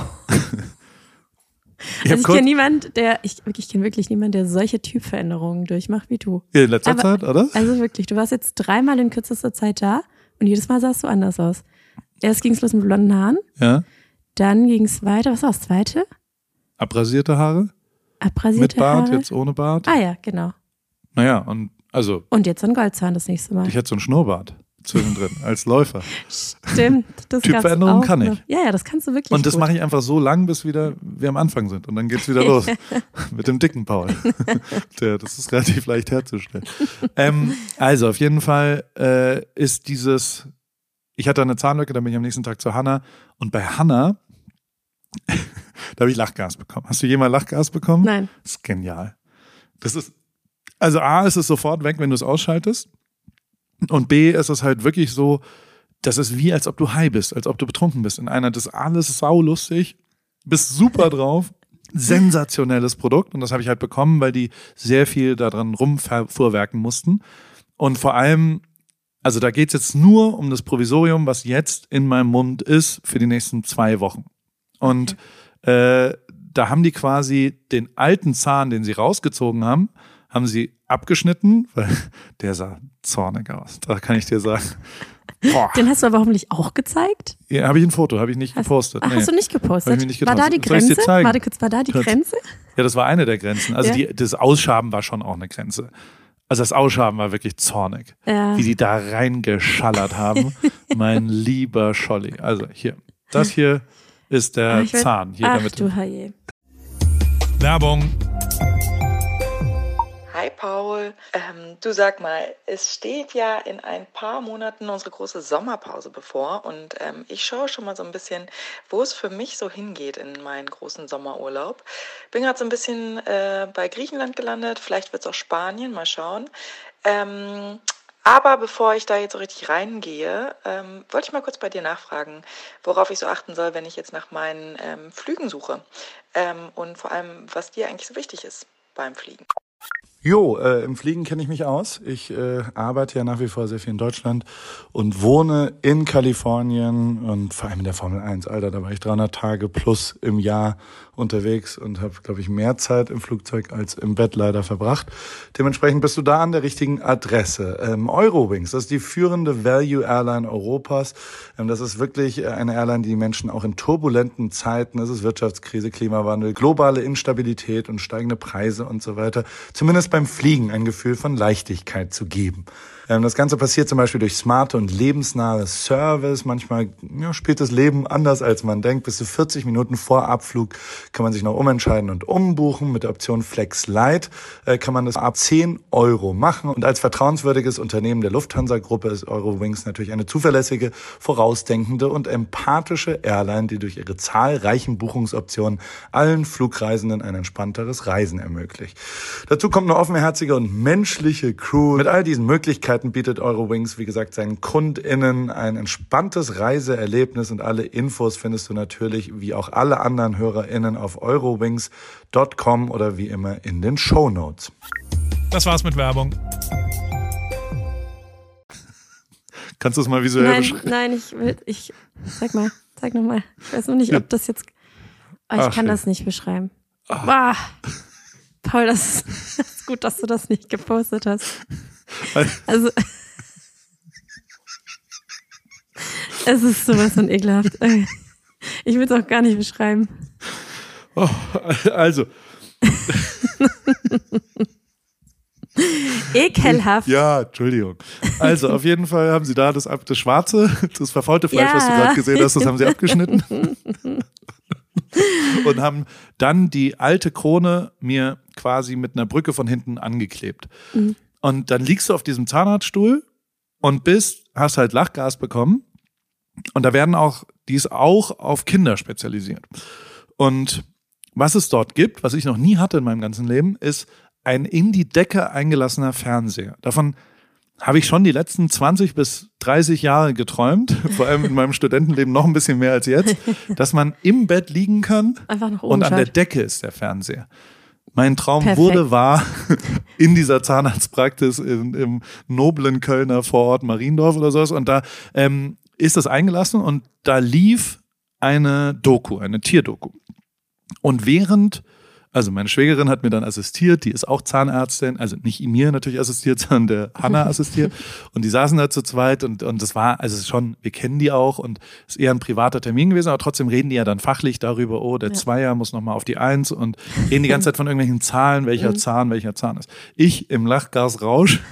ich also ich kurz, kenne niemand, der, ich, ich kenne wirklich niemanden, der solche Typveränderungen durchmacht wie du. in letzter Aber, Zeit, oder? Also wirklich, du warst jetzt dreimal in kürzester Zeit da und jedes Mal sahst du anders aus. Erst ging es los mit blonden Haaren, Ja. dann ging es weiter, was war das zweite? Abrasierte Haare? Abrasierte Mit Bart, Haare. jetzt ohne Bart? Ah ja, genau. Naja, und also Und jetzt ein Goldzahn das nächste Mal. ich hatte so einen Schnurrbart zwischendrin als Läufer. Stimmt. Das Typveränderung gab's auch kann ich. noch. Ja, ja, das kannst du wirklich Und das gut. mache ich einfach so lang, bis wieder wir am Anfang sind. Und dann geht's wieder los. Mit dem dicken Paul. Der, das ist relativ leicht herzustellen. ähm, also auf jeden Fall äh, ist dieses, ich hatte eine Zahnlücke, dann bin ich am nächsten Tag zu Hannah. Und bei Hannah, da habe ich Lachgas bekommen. Hast du jemals Lachgas bekommen? Nein. Das ist genial. Das ist, Also A, ist es sofort weg, wenn du es ausschaltest. Und B, ist es halt wirklich so, das ist wie, als ob du high bist, als ob du betrunken bist. In einer, das ist alles saulustig, bist super drauf, sensationelles Produkt. Und das habe ich halt bekommen, weil die sehr viel daran rumfuhrwerken mussten. Und vor allem, also da geht's jetzt nur um das Provisorium, was jetzt in meinem Mund ist für die nächsten zwei Wochen. Und äh, da haben die quasi den alten Zahn, den sie rausgezogen haben, haben sie abgeschnitten, weil der sah zornig aus. Da kann ich dir sagen. Boah. Den hast du aber hoffentlich auch gezeigt? Ja, habe ich ein Foto, habe ich nicht Hast, gepostet. Ach, Nee. hast du nicht gepostet? Hab ich mir nicht war da die getraut. Soll ich's dir Grenze? zeigen? Warte kurz, war da die Kurz. Grenze? Ja, das war eine der Grenzen. Also Ja. die, das Ausschaben war schon auch eine Grenze. Also das Ausschaben war wirklich zornig. Ja. Wie die da reingeschallert haben. Mein lieber Scholli. Also hier, das hier ist der Ah, ich weiß- Zahn. Hier Ach damit. du Herrje. Werbung. Hi Paul, ähm, du sag mal, es steht ja in ein paar Monaten unsere große Sommerpause bevor und ähm, ich schaue schon mal so ein bisschen, wo es für mich so hingeht in meinen großen Sommerurlaub. Bin gerade so ein bisschen äh, bei Griechenland gelandet, vielleicht wird es auch Spanien, mal schauen. Ähm, aber bevor ich da jetzt so richtig reingehe, ähm, wollte ich mal kurz bei dir nachfragen, worauf ich so achten soll, wenn ich jetzt nach meinen ähm, Flügen suche ähm, und vor allem, was dir eigentlich so wichtig ist beim Fliegen. Jo, äh, im Fliegen kenne ich mich aus. Ich äh, arbeite ja nach wie vor sehr viel in Deutschland und wohne in Kalifornien und vor allem in der Formel eins. Alter, da war ich dreihundert Tage plus im Jahr unterwegs und habe, glaube ich, mehr Zeit im Flugzeug als im Bett leider verbracht. Dementsprechend bist du da an der richtigen Adresse. Ähm, Eurowings, das ist die führende Value Airline Europas. Ähm, das ist wirklich eine Airline, die die Menschen auch in turbulenten Zeiten, das ist Wirtschaftskrise, Klimawandel, globale Instabilität und steigende Preise und so weiter, zumindest beim Fliegen ein Gefühl von Leichtigkeit zu geben. Ähm, das Ganze passiert zum Beispiel durch smarte und lebensnahe Service. Manchmal ja, spielt das Leben anders, als man denkt. Bis zu vierzig Minuten vor Abflug kann man sich noch umentscheiden und umbuchen. Mit der Option Flex Lite äh, kann man das ab zehn Euro machen. Und als vertrauenswürdiges Unternehmen der Lufthansa-Gruppe ist Eurowings natürlich eine zuverlässige, vorausdenkende und empathische Airline, die durch ihre zahlreichen Buchungsoptionen allen Flugreisenden ein entspannteres Reisen ermöglicht. Dazu kommt eine offenherzige und menschliche Crew. Mit all diesen Möglichkeiten bietet Eurowings, wie gesagt, seinen KundInnen ein entspanntes Reiseerlebnis und alle Infos findest du natürlich, wie auch alle anderen HörerInnen, auf eurowings Punkt com oder wie immer in den Shownotes. Das war's mit Werbung. Kannst du es mal visuell Nein, beschreiben? nein, ich will, ich, sag mal, sag nochmal. Ich weiß noch nicht, Ja. ob das jetzt, oh, ich Ach, kann ja. das nicht beschreiben. Ah. Paul, das ist, das ist gut, dass du das nicht gepostet hast. Also, es ist sowas von ekelhaft. Ich will es auch gar nicht beschreiben. Oh, also, Ekelhaft. ja, Entschuldigung. Also, auf jeden Fall haben sie da das, ab- das schwarze, das verfaulte Fleisch, Ja. was du gerade gesehen hast, das haben sie abgeschnitten. Und haben dann die alte Krone mir quasi mit einer Brücke von hinten angeklebt. Mhm. Und dann liegst du auf diesem Zahnarztstuhl und bist, hast halt Lachgas bekommen. Und da werden auch, die ist auch auf Kinder spezialisiert. Und was es dort gibt, was ich noch nie hatte in meinem ganzen Leben, ist ein in die Decke eingelassener Fernseher. Davon habe ich schon die letzten zwanzig bis dreißig Jahre geträumt, vor allem in meinem Studentenleben noch ein bisschen mehr als jetzt, dass man im Bett liegen kann Einfach nach oben und an der schaut. Decke ist der Fernseher. Mein Traum Perfekt. wurde wahr in dieser Zahnarztpraxis in, im noblen Kölner Vorort Mariendorf oder sowas. Und da ähm, ist das eingelassen und da lief eine Doku, eine Tierdoku. Und während, also meine Schwägerin hat mir dann assistiert, die ist auch Zahnärztin, also nicht mir natürlich assistiert, sondern der Hanna assistiert. Und die saßen da zu zweit und, und das war, also es ist schon, wir kennen die auch und es ist eher ein privater Termin gewesen, aber trotzdem reden die ja dann fachlich darüber, oh, der Ja. Zweier muss nochmal auf die Eins und reden die ganze Zeit von irgendwelchen Zahlen, welcher Mhm. Zahn, welcher Zahn ist. Ich im Lachgasrausch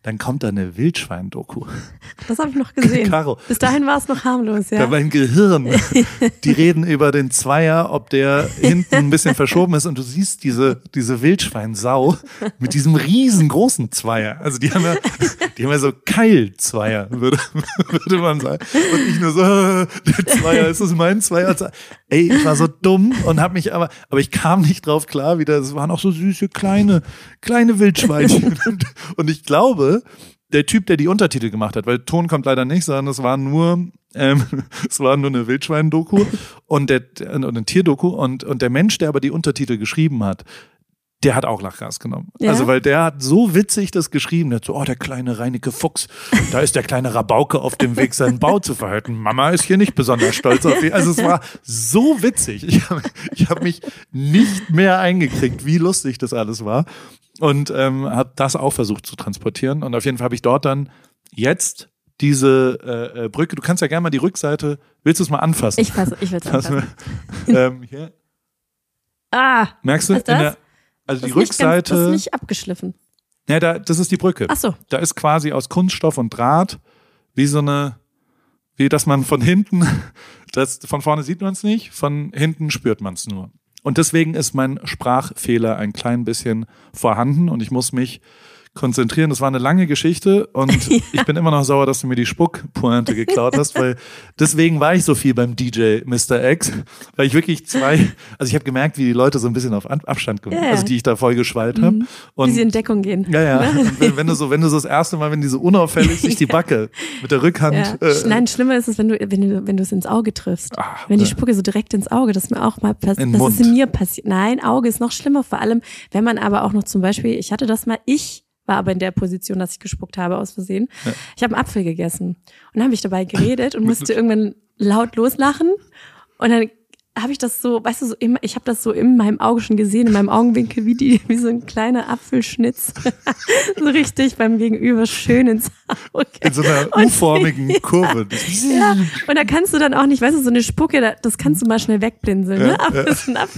dann kommt da eine Wildschwein-Doku. Das habe ich noch gesehen. Caro. Bis dahin war es noch harmlos, ja. Da mein Gehirn, die reden über den Zweier, ob der hinten ein bisschen verschoben ist und du siehst diese, diese Wildschweinsau mit diesem riesengroßen Zweier. Also die haben ja, die haben ja so Keilzweier, würde, würde man sagen. Und ich nur so, äh, der Zweier, ist das mein Zweier? Ey, ich war so dumm und hab mich aber, aber ich kam nicht drauf klar wieder. Es waren auch so süße kleine, kleine Wildschweinchen. Und ich glaube, der Typ, der die Untertitel gemacht hat, weil Ton kommt leider nicht, sondern es war nur, ähm, es war nur eine Wildschwein-Doku und der, und eine Tierdoku und, und der Mensch, der aber die Untertitel geschrieben hat, der hat auch Lachgas genommen. Ja? Also, weil der hat so witzig das geschrieben, der hat so, oh, der kleine Reineke Fuchs, da ist der kleine Rabauke auf dem Weg, seinen Bau zu verhalten. Mama ist hier nicht besonders stolz auf ihn. Also, es war so witzig. Ich habe ich hab mich nicht mehr eingekriegt, wie lustig das alles war. Und ähm, habe das auch versucht zu transportieren. Und auf jeden Fall habe ich dort dann jetzt diese äh, Brücke, du kannst ja gerne mal die Rückseite, willst du es mal anfassen? Ich fasse, ich will es anfassen. ähm, hier. Ah, merkst du? was ist das? In der, also das die Rückseite. Ganz, das ist nicht abgeschliffen. Ja, da, das ist die Brücke. Ach so. Da ist quasi aus Kunststoff und Draht wie so eine, wie dass man von hinten, das, von vorne sieht man es nicht, von hinten spürt man es nur. Und deswegen ist mein Sprachfehler ein klein bisschen vorhanden und ich muss mich konzentrieren. Das war eine lange Geschichte und ja. Ich bin immer noch sauer, dass du mir die Spuckpointe geklaut hast, weil deswegen war ich so viel beim D J Mister X, weil ich wirklich zwei, also ich habe gemerkt, wie die Leute so ein bisschen auf Abstand kommen, ja. Also die ich da voll geschwallt habe. Mhm. Wie sie in Deckung gehen. Ja, ja. Und wenn, wenn du so, wenn du so das erste Mal, wenn die so unauffällig sich die Backe mit der Rückhand. Ja. Äh, Nein, schlimmer ist es, wenn du, wenn du, wenn du es ins Auge triffst. Ach, wenn die ja. Spucke so direkt ins Auge, das ist mir auch mal passiert. Das Mund. ist in mir passiert. Nein, Auge ist noch schlimmer, vor allem, wenn man aber auch noch zum Beispiel, ich hatte das mal, ich war aber in der Position, dass ich gespuckt habe aus Versehen. Ja. Ich habe einen Apfel gegessen und dann habe ich dabei geredet und musste irgendwann laut loslachen und dann habe ich das so, weißt du, so immer, ich habe das so in meinem Auge schon gesehen, in meinem Augenwinkel, wie die, wie so ein kleiner Apfelschnitz, so richtig beim Gegenüber schön ins Auge. In so einer U-förmigen Kurve. Ja, und da kannst du dann auch nicht, weißt du, so eine Spucke, das kannst du mal schnell wegblinzeln, ne? Ja, Aber ja. das ist ein Apfel,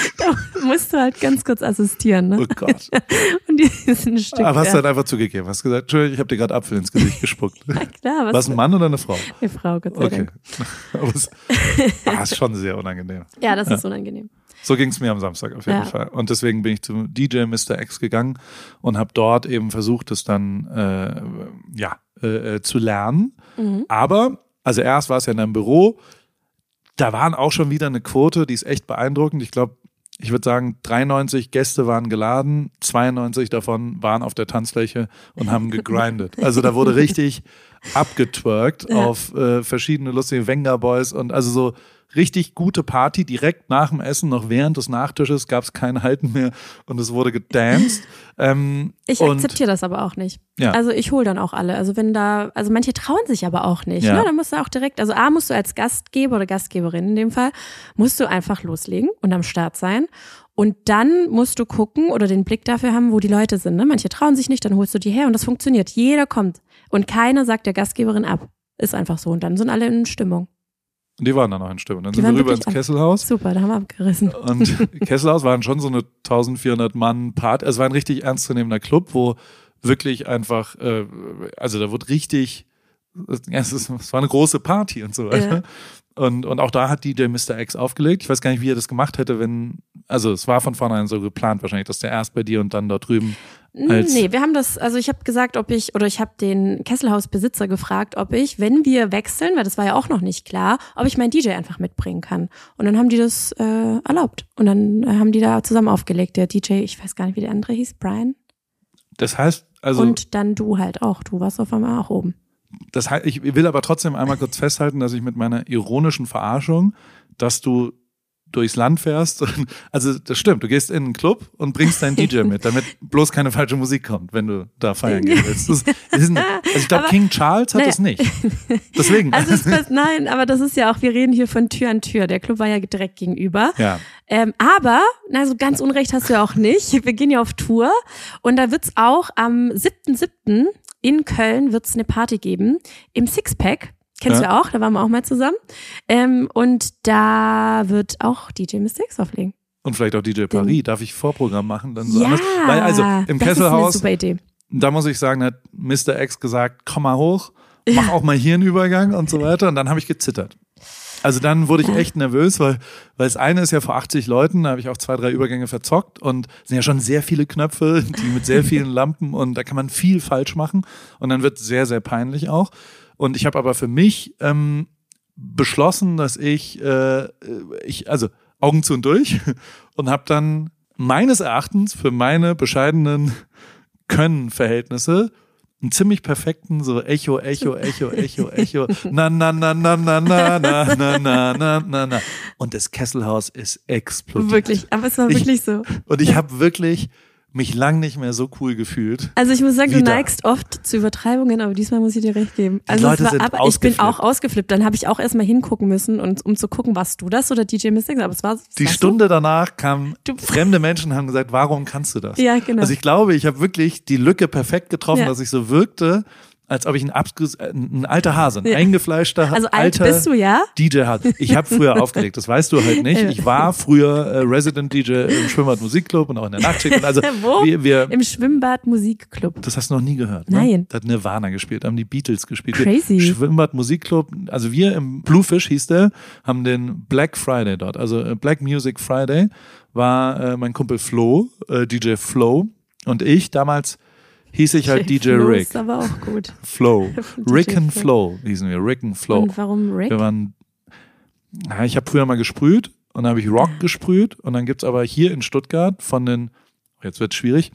da musst du halt ganz kurz assistieren, ne? Oh Gott. Und die ist ein Stück. Aber hast ja. du dann einfach zugegeben, hast gesagt, Entschuldigung, ich habe dir gerade Apfel ins Gesicht gespuckt. Na klar, was War es ein Mann oder eine Frau? Eine Frau, Gott sei Okay. Dank. Aber es ah, ist schon sehr unangenehm. Ja, das ist unangenehm. So ging es mir am Samstag auf jeden Ja. Fall. Und deswegen bin ich zum D J Mister X gegangen und habe dort eben versucht, es dann äh, ja äh, zu lernen. Mhm. Aber, also erst war es ja in einem Büro, da waren auch schon wieder eine Quote, die ist echt beeindruckend. Ich glaube, ich würde sagen, dreiundneunzig Gäste waren geladen, zweiundneunzig davon waren auf der Tanzfläche und haben gegrindet. Also da wurde richtig abgetwerkt Ja. auf äh, verschiedene lustige Venga Boys und also so richtig gute Party. Direkt nach dem Essen, noch während des Nachtisches, gab es kein Halten mehr und es wurde gedanced. Ähm, Ich und, akzeptiere das aber auch nicht. Ja. Also ich hole dann auch alle. Also wenn da, also manche trauen sich aber auch nicht. Ja. Ne? Dann musst du auch direkt, also A, musst du als Gastgeber oder Gastgeberin in dem Fall, musst du einfach loslegen und am Start sein. Und dann musst du gucken oder den Blick dafür haben, wo die Leute sind. Ne? Manche trauen sich nicht, dann holst du die her und das funktioniert. Jeder kommt und keiner sagt der Gastgeberin ab. Ist einfach so. Und dann sind alle in Stimmung. Und die waren dann auch in Stimmung. Dann Die sind wir waren rüber wirklich ins Kesselhaus. Super, da haben wir abgerissen. Und Kesselhaus waren schon so eine eintausendvierhundert Mann Party. Es war ein richtig ernstzunehmender Club, wo wirklich einfach, äh, also da wurde richtig, es, ist, es war eine große Party und so weiter. Ja. Und, und auch da hat D J Mister X aufgelegt. Ich weiß gar nicht, wie er das gemacht hätte, wenn, also es war von vornherein so geplant wahrscheinlich, dass der erst bei dir und dann dort drüben als Nee, wir haben das, also ich habe gesagt, ob ich, oder ich habe den Kesselhausbesitzer gefragt, ob ich, wenn wir wechseln, weil das war ja auch noch nicht klar, ob ich meinen D J einfach mitbringen kann. Und dann haben die das äh, erlaubt. Und dann äh, haben die da zusammen aufgelegt. Der D J, ich weiß gar nicht, wie der andere hieß, Brian. Das heißt, also. Und dann du halt auch. Du warst auf einmal auch oben. Das heißt, ich will aber trotzdem einmal kurz festhalten, dass ich mit meiner ironischen Verarschung, dass du durchs Land fährst, also das stimmt, du gehst in einen Club und bringst deinen D J mit, damit bloß keine falsche Musik kommt, wenn du da feiern gehen willst. Das, das ist ein, also ich glaube, King Charles hat naja. das nicht. Deswegen. Also es ist, nein, aber das ist ja auch, wir reden hier von Tür an Tür. Der Club war ja direkt gegenüber. Ja. Ähm, aber, na, so ganz Unrecht hast du ja auch nicht. Wir gehen ja auf Tour und da wird's auch am siebten siebten in Köln wird's eine Party geben im Sixpack. Kennst ja. du auch, da waren wir auch mal zusammen. Ähm, und da wird auch D J Mister X auflegen. Und vielleicht auch D J Paris. Darf ich Vorprogramm machen? Dann so ja, anders? Weil also im das Kesselhaus, ist eine super Idee. da muss ich sagen, hat Mister X gesagt, komm mal hoch, mach auch mal hier einen Übergang und so weiter. Und dann habe ich gezittert. Also dann wurde ich echt nervös, weil, weil das eine ist ja vor achtzig Leuten, da habe ich auch zwei, drei Übergänge verzockt und es sind ja schon sehr viele Knöpfe, die mit sehr vielen Lampen und da kann man viel falsch machen und dann wird es sehr, sehr peinlich auch. Und ich habe aber für mich ähm, beschlossen, dass ich, äh, ich, also Augen zu und durch und habe dann meines Erachtens für meine bescheidenen Können-Verhältnisse einen ziemlich perfekten, so Echo, Echo, Echo, Echo, Echo, na, na, na, na, na, na, na, na, na, na, na, na. Und das Kesselhaus ist explodiert. Wirklich, aber es war Ich- wirklich so. Und ich habe wirklich mich lang nicht mehr so cool gefühlt. Also ich muss sagen, du Wieder. neigst oft zu Übertreibungen, aber diesmal muss ich dir recht geben. Die Also Leute es war, sind aber ich bin ausgeflippt. auch ausgeflippt. Dann habe ich auch erstmal hingucken müssen, und, um zu gucken, warst du das oder D J Mystic? Aber es war Die warst Stunde danach kamen Du- fremde Menschen und haben gesagt, warum kannst du das? Du? Ja, genau. Also ich glaube, ich habe wirklich die Lücke perfekt getroffen, Ja. dass ich so wirkte, als ob ich ein, abges- ein alter Hase, ein Ja. eingefleischter also alt alter bist du, ja? D J Hase. Ich habe früher aufgelegt, das weißt du halt nicht. Ja. Ich war früher äh, Resident D J im Schwimmbad Musikclub und auch in der Nachtschicht. Und also Wo? wir, wir Im Schwimmbad Musikclub. das hast du noch nie gehört. Ne? Nein. Da hat Nirvana gespielt, haben die Beatles gespielt. Crazy. Schwimmbad Musikclub. Also wir im Bluefish hieß der, haben den Black Friday dort. Also äh, Black Music Friday war äh, mein Kumpel Flo, äh, D J Flo. Und ich, damals hieß ich halt D J Flo Rick. ist aber auch gut. Flow. D J Rick and Flo. Flow hießen wir. Rick and Flow. Und warum Rick? Wir waren, ja, ich habe früher mal gesprüht und dann habe ich Rock gesprüht und dann gibt's aber hier in Stuttgart von den, jetzt wird's schwierig,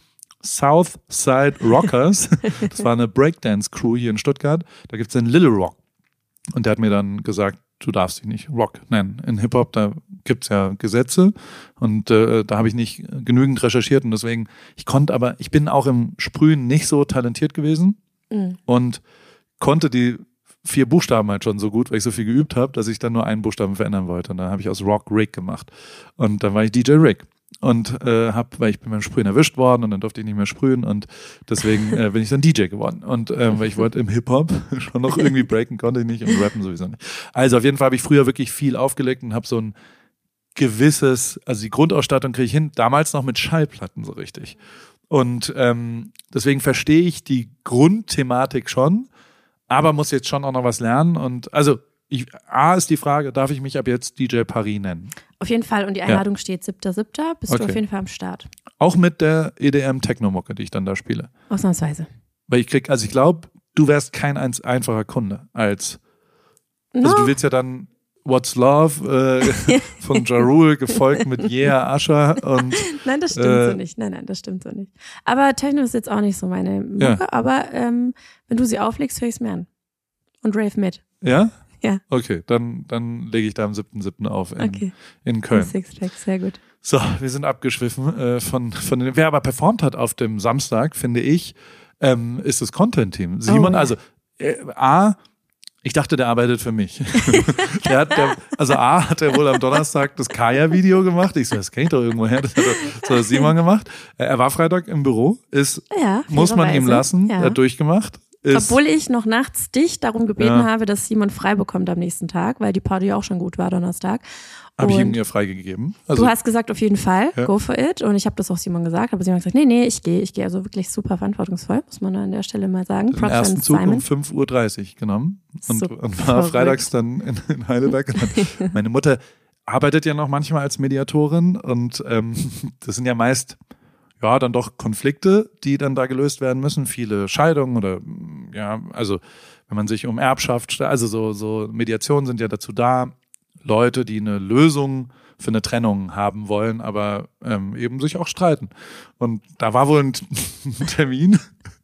Southside Rockers, das war eine Breakdance-Crew hier in Stuttgart, da gibt's den Little Rock und der hat mir dann gesagt, du darfst dich nicht Rock nennen. In Hip-Hop, da gibt's ja Gesetze und äh, da habe ich nicht genügend recherchiert und deswegen, ich konnte aber, ich bin auch im Sprühen nicht so talentiert gewesen Mhm. und konnte die vier Buchstaben halt schon so gut, weil ich so viel geübt habe, dass ich dann nur einen Buchstaben verändern wollte. Und dann habe ich aus Rock Rick gemacht. Und dann war ich D J Rick. Und äh, hab, weil ich bin beim Sprühen erwischt worden und dann durfte ich nicht mehr sprühen und deswegen äh, bin ich dann D J geworden. Und ähm, weil ich wollte im Hip-Hop schon noch irgendwie breaken, konnte ich nicht und rappen sowieso nicht. Also auf jeden Fall habe ich früher wirklich viel aufgelegt und habe so ein gewisses, also die Grundausstattung kriege ich hin, damals noch mit Schallplatten so richtig. Und ähm, deswegen verstehe ich die Grundthematik schon, aber muss jetzt schon auch noch was lernen. Und also ich, A ist die Frage, darf ich mich ab jetzt D J Paris nennen? Auf jeden Fall. Und die Einladung steht siebter siebter Bist Okay. du auf jeden Fall am Start. Auch mit der E D M-Techno-Mucke, die ich dann da spiele. Ausnahmsweise. Weil ich krieg, also ich glaube, du wärst kein eins, einfacher Kunde als, also No. du willst ja dann What's Love äh, von Ja Rule, gefolgt mit Yeah, Usher und Nein, das stimmt Äh, so nicht. Nein, nein, das stimmt so nicht. Aber Techno ist jetzt auch nicht so meine Mucke, Ja. aber ähm, wenn du sie auflegst, höre ich es mir an. Und rave mit. ja? Ja. Okay, dann, dann lege ich da am siebten siebten auf in, Okay. in Köln. Sixpack, sehr gut. So, wir sind abgeschwiffen äh, von, von den, wer aber performt hat auf dem Samstag, finde ich, ähm, ist das Content-Team. Simon, Oh, ja. also äh, A, ich dachte, der arbeitet für mich. der hat, der, also A, hat er wohl am Donnerstag das Kaya-Video gemacht. Ich so, das kenn ich doch irgendwo her. Das hat er- so hat Simon gemacht. Äh, Er war Freitag im Büro, ist, Ja, muss man ihm fairerweise. lassen, Ja. er hat durchgemacht. Ist, Obwohl ich noch nachts dich darum gebeten Ja. habe, dass Simon frei bekommt am nächsten Tag, weil die Party auch schon gut war Donnerstag. habe ich ihm Und ja freigegeben. Also, du hast gesagt, auf jeden Fall, Ja. go for it. Und ich habe das auch Simon gesagt, aber Simon hat gesagt, nee, nee, ich gehe. Ich gehe also wirklich super verantwortungsvoll, muss man an der Stelle mal sagen. den Props ersten an Zug Simon. um fünf Uhr dreißig genommen und, So und war verrückt. freitags dann in, in Heidelberg. Und dann, meine Mutter arbeitet ja noch manchmal als Mediatorin und ähm, das sind ja meist ja dann doch Konflikte, die dann da gelöst werden müssen. Viele Scheidungen oder ja, also wenn man sich um Erbschaft, also so, so Mediationen sind ja dazu da, Leute, die eine Lösung für eine Trennung haben wollen, aber ähm, eben sich auch streiten. Und da war wohl ein Termin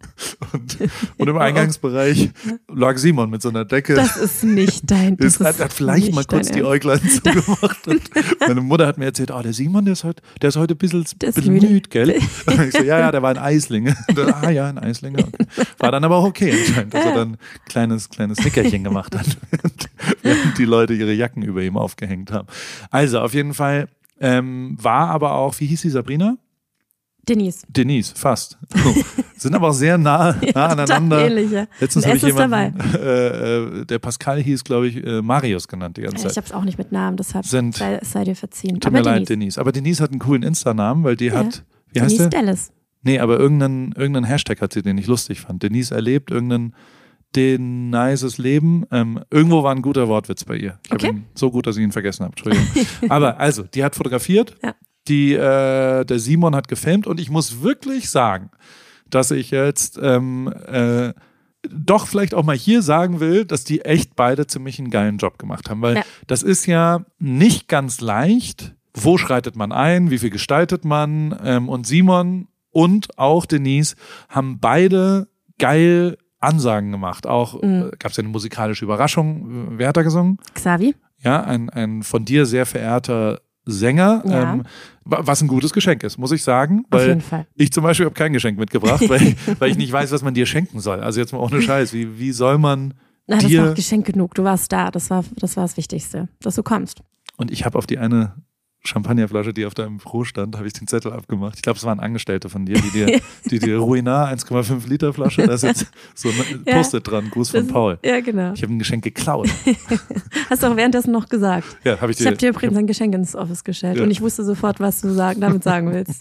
und, und im Eingangsbereich lag Simon mit so einer Decke. Das ist nicht dein. Das Ist, hat, ist hat vielleicht nicht mal kurz dein die Ernst. Äuglein zugemacht. Und meine Mutter hat mir erzählt, oh, der Simon, der ist heute, der ist heute ein bisschen, Der ist bisschen müde. müde, gell? Und ich so, ja, ja, der war in Eislinge. Und dann, ah ja, in Eislinge. Okay. War dann aber auch okay anscheinend, dass er dann ein kleines, kleines Nickerchen gemacht hat, während, während die Leute ihre Jacken über ihm aufgehängt haben. Also auf jeden Fall ähm, war aber auch, wie hieß die Sabrina? Denise. Denise, fast. So. Sind aber auch sehr nah, nah Ja, aneinander. total ähnlich, ja. Letztens Und habe ich S ist jemanden, äh, äh, der Pascal hieß, glaube ich, äh, Marius genannt die ganze Ich Zeit. habe es auch nicht mit Namen, deshalb Sind- sei, sei dir verziehen. Tut Aber mir leid, Denise. Denise. Aber Denise hat einen coolen Insta-Namen, weil die Ja. hat, wie heißt Denise der? Dallas. Nee, aber irgendeinen, irgendeinen Hashtag hat sie, den ich lustig fand. Denise erlebt irgendein den nices Leben. Ähm, irgendwo war ein guter Wortwitz bei ihr. Ich Okay. habe ihn so gut, dass ich ihn vergessen habe. Entschuldigung. Aber also, die hat fotografiert. Ja. Die, äh, der Simon hat gefilmt und ich muss wirklich sagen, dass ich jetzt ähm, äh, doch vielleicht auch mal hier sagen will, dass die echt beide ziemlich einen geilen Job gemacht haben. Weil Ja. das ist ja nicht ganz leicht. Wo schreitet man ein? Wie viel gestaltet man? Ähm, und Simon und auch Denise haben beide geil Ansagen gemacht. Auch Mhm. äh, gab es ja eine musikalische Überraschung. Wer hat da gesungen? Xavi? Ja, ein, ein von dir sehr verehrter Sänger, Ja. ähm, wa- was ein gutes Geschenk ist, muss ich sagen. Auf Weil jeden Fall. ich zum Beispiel habe kein Geschenk mitgebracht, weil, weil ich nicht weiß, was man dir schenken soll. Also jetzt mal ohne Scheiß. Wie, wie soll man Na, das war dir... auch Geschenk genug. Du warst da. Das war, das war das Wichtigste, dass du kommst. Und ich habe auf die eine Champagnerflasche, die auf deinem Büro stand, habe ich den Zettel abgemacht. Ich glaube, es waren Angestellte von dir, die dir, die dir Ruinar eins Komma fünf Liter Flasche, da ist jetzt so ein Ja. Post-it dran, Gruß von Das- Paul. Ja, genau. Ich habe ein Geschenk geklaut. Hast du auch währenddessen noch gesagt. Ja, habe ich Ich dir. habe dir übrigens ein Geschenk ins Office gestellt Ja. und ich wusste sofort, was du sagen, damit sagen willst.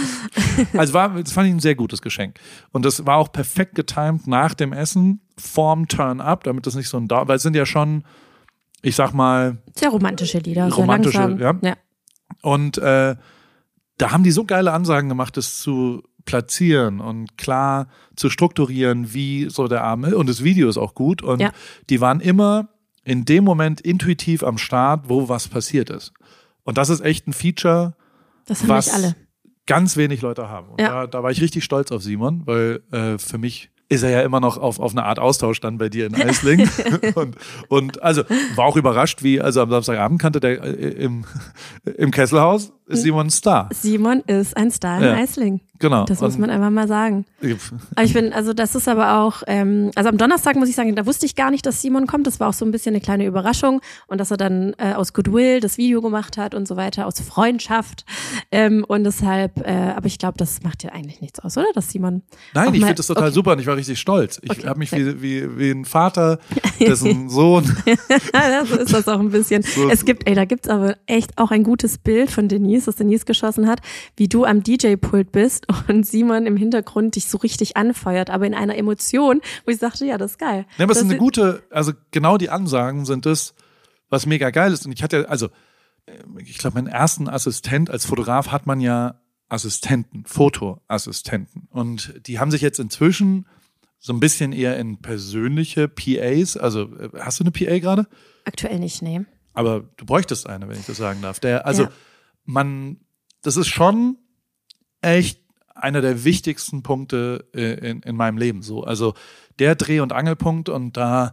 Also war, das fand ich ein sehr gutes Geschenk. Und das war auch perfekt getimt nach dem Essen, vorm Turn-Up, damit das nicht so ein Dauer, weil es sind ja schon, ich sag mal, Sehr romantische Lieder, sehr Romantische, langsam. ja. ja. und äh, da haben die so geile Ansagen gemacht, das zu platzieren und klar zu strukturieren, wie so der Abend ist. Und das Video ist auch gut. Und Ja. die waren immer in dem Moment intuitiv am Start, wo was passiert ist. Und das ist echt ein Feature, Das haben was nicht alle. ganz wenig Leute haben. Und Ja. da, da war ich richtig stolz auf Simon, weil äh, für mich ist er ja immer noch auf, auf eine Art Austausch dann bei dir in Eisling. und, und also war auch überrascht, wie, also am Samstagabend kannte der äh, im, im Kesselhaus, ist Simon ein Star. Simon ist ein Star in Ja. Eisling. Genau. Das muss Und- man einfach mal sagen. Aber ich bin, also das ist aber auch, ähm, also am Donnerstag muss ich sagen, da wusste ich gar nicht, dass Simon kommt. Das war auch so ein bisschen eine kleine Überraschung und dass er dann äh, aus Goodwill das Video gemacht hat und so weiter, aus Freundschaft. Ähm, und deshalb, äh, aber ich glaube, das macht ja eigentlich nichts aus, oder? Dass Simon. Nein, auch ich mal- finde das total okay. super und ich war richtig stolz. Ich Okay, habe mich sehr wie, wie, wie ein Vater, dessen Sohn. Ja, so ist das auch ein bisschen. So- Es gibt, ey, da gibt's aber echt auch ein gutes Bild von Denise, das Denise geschossen hat, wie du am D J-Pult bist und Simon im Hintergrund dich so richtig anfeuert, aber in einer Emotion, wo ich sagte, ja, das ist geil. Ja, aber es Das ist eine gute, also genau die Ansagen sind das, was mega geil ist. Und ich hatte, also, äh, ich glaube, meinen ersten Assistent als Fotograf hat man ja Assistenten, Fotoassistenten. Und die haben sich jetzt inzwischen so ein bisschen eher in persönliche P As, also äh, hast du eine P A gerade? Aktuell nicht, nee. Aber du bräuchtest eine, wenn ich das sagen darf. Der, also Ja. man, das ist schon echt einer der wichtigsten Punkte äh, in, in meinem Leben. So, also der Dreh- und Angelpunkt und da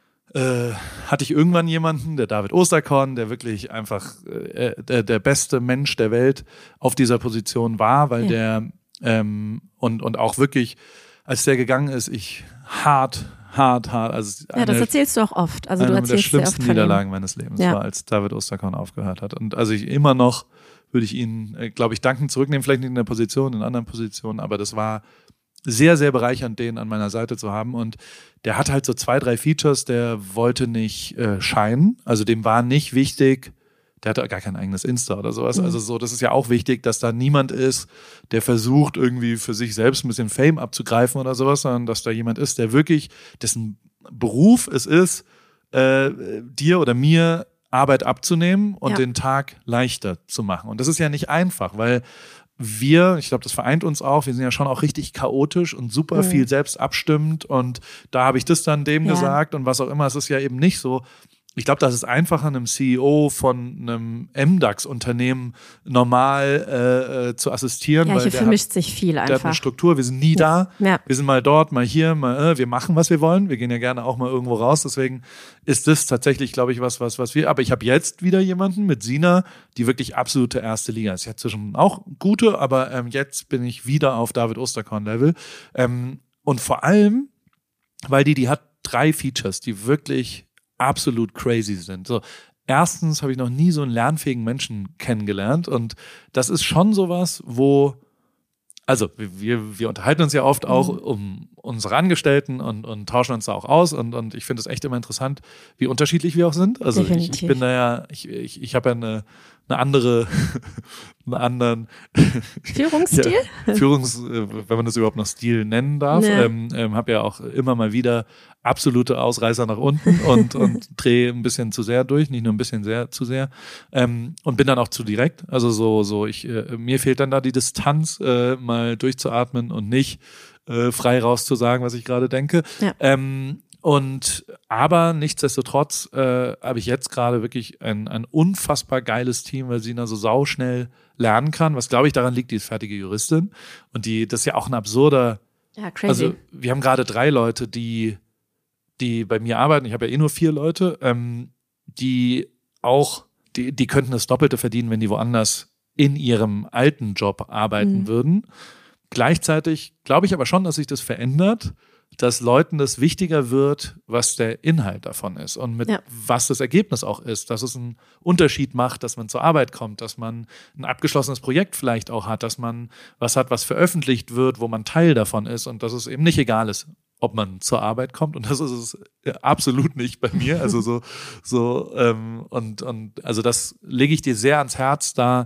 äh, hatte ich irgendwann jemanden, der David Osterkorn, der wirklich einfach äh, der, der beste Mensch der Welt auf dieser Position war, weil Ja. der ähm, und und auch wirklich, als der gegangen ist, ich hart, hart, hart, also Ja, das eine- erzählst du auch oft. Also du eine der erzählst sehr oft schlimmsten von ihm. Niederlagen meines Lebens Ja. war, als David Osterkorn aufgehört hat. Und also ich immer noch würde ich ihn, äh, glaube ich, dankend zurücknehmen, vielleicht nicht in der Position, in anderen Positionen, aber das war sehr, sehr bereichernd, den an meiner Seite zu haben. Und der hat halt so zwei, drei Features, der wollte nicht äh, scheinen. Also dem war nicht wichtig, der hatte gar kein eigenes Insta oder sowas. Mhm. Also so, das ist ja auch wichtig, dass da niemand ist, der versucht, irgendwie für sich selbst ein bisschen Fame abzugreifen oder sowas, sondern dass da jemand ist, der wirklich, dessen Beruf es ist, äh, dir oder mir Arbeit abzunehmen und Ja. den Tag leichter zu machen. Und das ist ja nicht einfach, weil wir, ich glaube, das vereint uns auch, wir sind ja schon auch richtig chaotisch und super Mhm. viel selbst abstimmt und da habe ich das dann dem Ja. gesagt und was auch immer. Es ist ja eben nicht so. Ich glaube, das ist einfacher, einem C E O von einem M DAX-Unternehmen normal äh, äh, zu assistieren, Ja, weil hier der hat, vermischt sich viel der hat eine einfach. Struktur, wir sind nie da. Ja. Wir sind mal dort, mal hier, mal, äh, wir machen, was wir wollen. Wir gehen ja gerne auch mal irgendwo raus. Deswegen ist das tatsächlich, glaube ich, was, was, was wir. Aber ich habe jetzt wieder jemanden mit Sina, die wirklich absolute erste Liga ist. Ich hatte zwischen auch gute, aber ähm, jetzt bin ich wieder auf David Osterkorn-Level. Ähm, und vor allem, weil die, die hat drei Features, die wirklich absolut crazy sind. So, erstens habe ich noch nie so einen lernfähigen Menschen kennengelernt und das ist schon sowas, wo, also wir, wir unterhalten uns ja oft auch um, unsere Angestellten und, und tauschen uns da auch aus und, und ich finde es echt immer interessant, wie unterschiedlich wir auch sind. Also ich, ich bin da ja, ich, ich, ich habe ja eine, eine andere, einen anderen Führungsstil? Ja, Führungs, wenn man das überhaupt noch Stil nennen darf. Ja. Ähm, ähm, habe ja auch immer mal wieder absolute Ausreißer nach unten und, und drehe ein bisschen zu sehr durch, nicht nur ein bisschen sehr zu sehr. Ähm, und bin dann auch zu direkt. Also so, so ich, äh, mir fehlt dann da die Distanz, äh, mal durchzuatmen und nicht äh, frei rauszusagen, was ich gerade denke. Ja. Ähm, Und aber nichtsdestotrotz äh, habe ich jetzt gerade wirklich ein, ein unfassbar geiles Team, weil Sina so sauschnell lernen kann. Was glaube ich daran liegt, die ist fertige Juristin. Und die, das ist ja auch ein absurder. Ja, crazy. Also wir haben gerade drei Leute, die, die bei mir arbeiten. Ich habe ja eh nur vier Leute, ähm, die auch, die, die könnten das Doppelte verdienen, wenn die woanders in ihrem alten Job arbeiten Mhm. würden. Gleichzeitig glaube ich aber schon, dass sich das verändert, dass Leuten das wichtiger wird, was der Inhalt davon ist und mit Ja. was das Ergebnis auch ist, dass es einen Unterschied macht, dass man zur Arbeit kommt, dass man ein abgeschlossenes Projekt vielleicht auch hat, dass man was hat, was veröffentlicht wird, wo man Teil davon ist und dass es eben nicht egal ist, ob man zur Arbeit kommt und das ist es ja, absolut nicht bei mir, also so so ähm, und und also das lege ich dir sehr ans Herz, da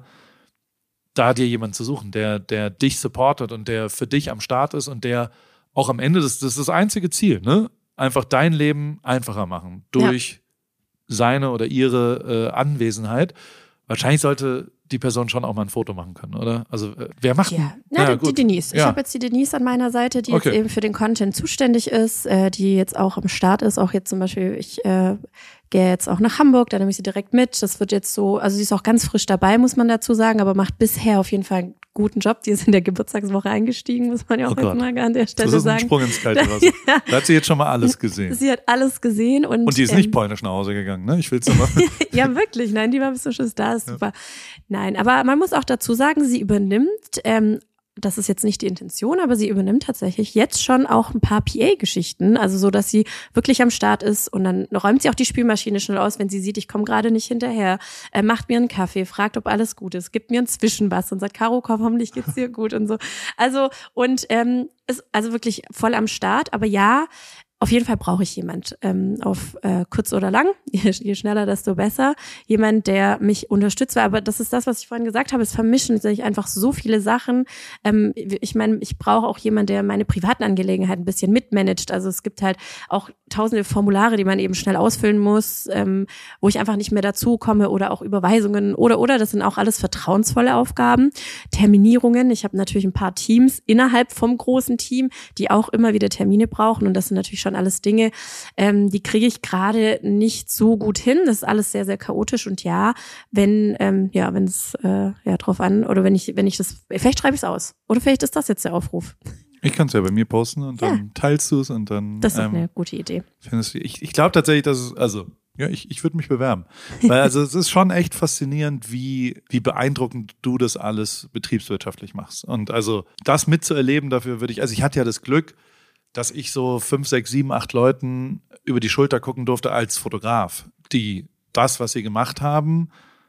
da dir jemanden zu suchen, der der dich supportet und der für dich am Start ist und der auch am Ende, das, das ist das einzige Ziel, ne? Einfach dein Leben einfacher machen durch seine oder ihre äh, Anwesenheit. Wahrscheinlich sollte die Person schon auch mal ein Foto machen können, oder? Also äh, wer macht Ja, denn- Na, Ja, die, die gut. Denise. Ich Ja. habe jetzt die Denise an meiner Seite, die Okay. jetzt eben für den Content zuständig ist, äh, die jetzt auch am Start ist. Auch jetzt zum Beispiel, ich äh, gehe jetzt auch nach Hamburg, da nehme ich sie direkt mit. Das wird jetzt so, also sie ist auch ganz frisch dabei, muss man dazu sagen, aber macht bisher auf jeden Fall einen guten Job. Die ist in der Geburtstagswoche eingestiegen, muss man ja auch Oh jetzt Gott. mal an der Stelle Das ist ein sagen. Sprung ins kalte Wasser. Da hat sie jetzt schon mal alles gesehen. Sie hat alles gesehen und, Und die ist nicht ähm, polnisch nach Hause gegangen, ne? Ich will's nochmal. ja, wirklich. Nein, die war bis zum Schluss da, ist super. Nein, aber man muss auch dazu sagen, sie übernimmt, ähm, das ist jetzt nicht die Intention, aber sie übernimmt tatsächlich jetzt schon auch ein paar P A-Geschichten, also so, dass sie wirklich am Start ist und dann räumt sie auch die Spülmaschine schnell aus, wenn sie sieht, ich komme gerade nicht hinterher, äh, macht mir einen Kaffee, fragt, ob alles gut ist, gibt mir einen Zwischenbass und sagt, Caro, komm, hoffentlich geht's dir gut und so. Also, und ähm, ist also wirklich voll am Start, aber ja, auf jeden Fall brauche ich jemand, ähm, auf äh, kurz oder lang, je, je schneller, desto besser. Jemand, der mich unterstützt. Aber das ist das, was ich vorhin gesagt habe, es vermischen sich einfach so viele Sachen. Ähm, ich meine, ich brauche auch jemanden, der meine privaten Angelegenheiten ein bisschen mitmanagt. Also es gibt halt auch tausende Formulare, die man eben schnell ausfüllen muss, ähm, wo ich einfach nicht mehr dazu komme oder auch Überweisungen oder, oder. Das sind auch alles vertrauensvolle Aufgaben. Terminierungen. Ich habe natürlich ein paar Teams innerhalb vom großen Team, die auch immer wieder Termine brauchen. Und das sind natürlich schon alles Dinge, ähm, die kriege ich gerade nicht so gut hin. Das ist alles sehr, sehr chaotisch. Und ja, wenn, ähm, ja, wenn es äh, ja drauf an, oder wenn ich, wenn ich das, vielleicht schreibe ich es aus. Oder vielleicht ist das jetzt der Aufruf. Ich kann es ja bei mir posten und dann Ja. teilst du es und dann Das ist doch ähm, eine gute Idee. findest du. Ich, ich glaube tatsächlich, dass es, also, ja, ich, ich würde mich bewerben. Weil also es ist schon echt faszinierend, wie, wie beeindruckend du das alles betriebswirtschaftlich machst. Und also das mitzuerleben, dafür würde ich, also ich hatte ja das Glück, dass ich so fünf, sechs, sieben, acht Leuten über die Schulter gucken durfte als Fotograf, die das, was sie gemacht haben,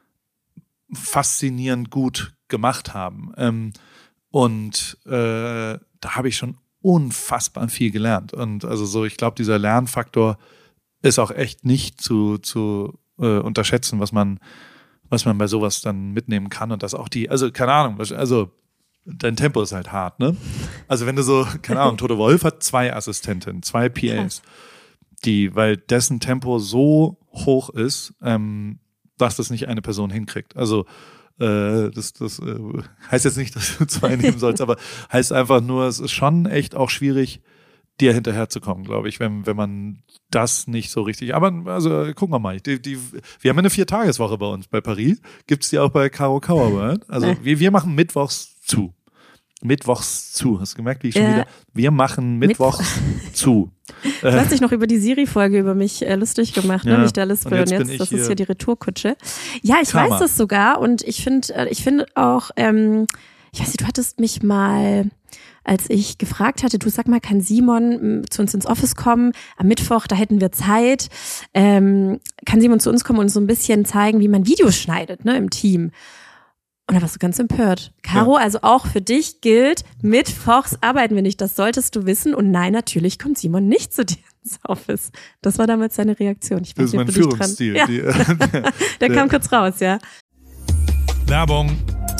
faszinierend gut gemacht haben. Ähm, und äh, da habe ich schon unfassbar viel gelernt. Und also so, ich glaube, dieser Lernfaktor ist auch echt nicht zu, zu äh, unterschätzen, was man, was man bei sowas dann mitnehmen kann. Und das auch die, also keine Ahnung, also dein Tempo ist halt hart, ne? Also wenn du so, keine Ahnung, Tote Wolf hat zwei Assistentinnen, zwei P As, die, weil dessen Tempo so hoch ist, ähm, dass das nicht eine Person hinkriegt. Also äh, das, das äh, heißt jetzt nicht, dass du zwei nehmen sollst, aber heißt einfach nur, es ist schon echt auch schwierig, dir hinterherzukommen, glaube ich, wenn, wenn man das nicht so richtig, aber also gucken wir mal, die, die, wir haben eine Vier-Tageswoche bei uns bei Paris, gibt's die auch bei Caro Kauerbird, also Nee. wir, wir machen mittwochs zu. Mittwochs zu. Hast du gemerkt, wie ich schon Ja. wieder, wir machen mittwochs zu. Du hast dich noch über die Siri-Folge über mich äh, lustig gemacht, ne? Ja, Mich da lispel. und Und jetzt jetzt, bin ich das ist hier- hier die Retourkutsche. Ja, ich Karma. weiß das sogar und ich finde, äh, ich finde auch, ähm, ich weiß nicht, du hattest mich mal, als ich gefragt hatte, du sag mal, kann Simon m, zu uns ins Office kommen? Am Mittwoch, da hätten wir Zeit. Ähm, kann Simon zu uns kommen und uns so ein bisschen zeigen, wie man Videos schneidet, ne, im Team? Und da warst du ganz empört. Caro, ja. Also auch für dich gilt, mittwochs arbeiten wir nicht. Das solltest du wissen. Und nein, natürlich kommt Simon nicht zu dir ins Office. Das war damals seine Reaktion. Ich das ist mein Führungsstil. Ja. Die, der, der kam kurz raus, ja. Werbung.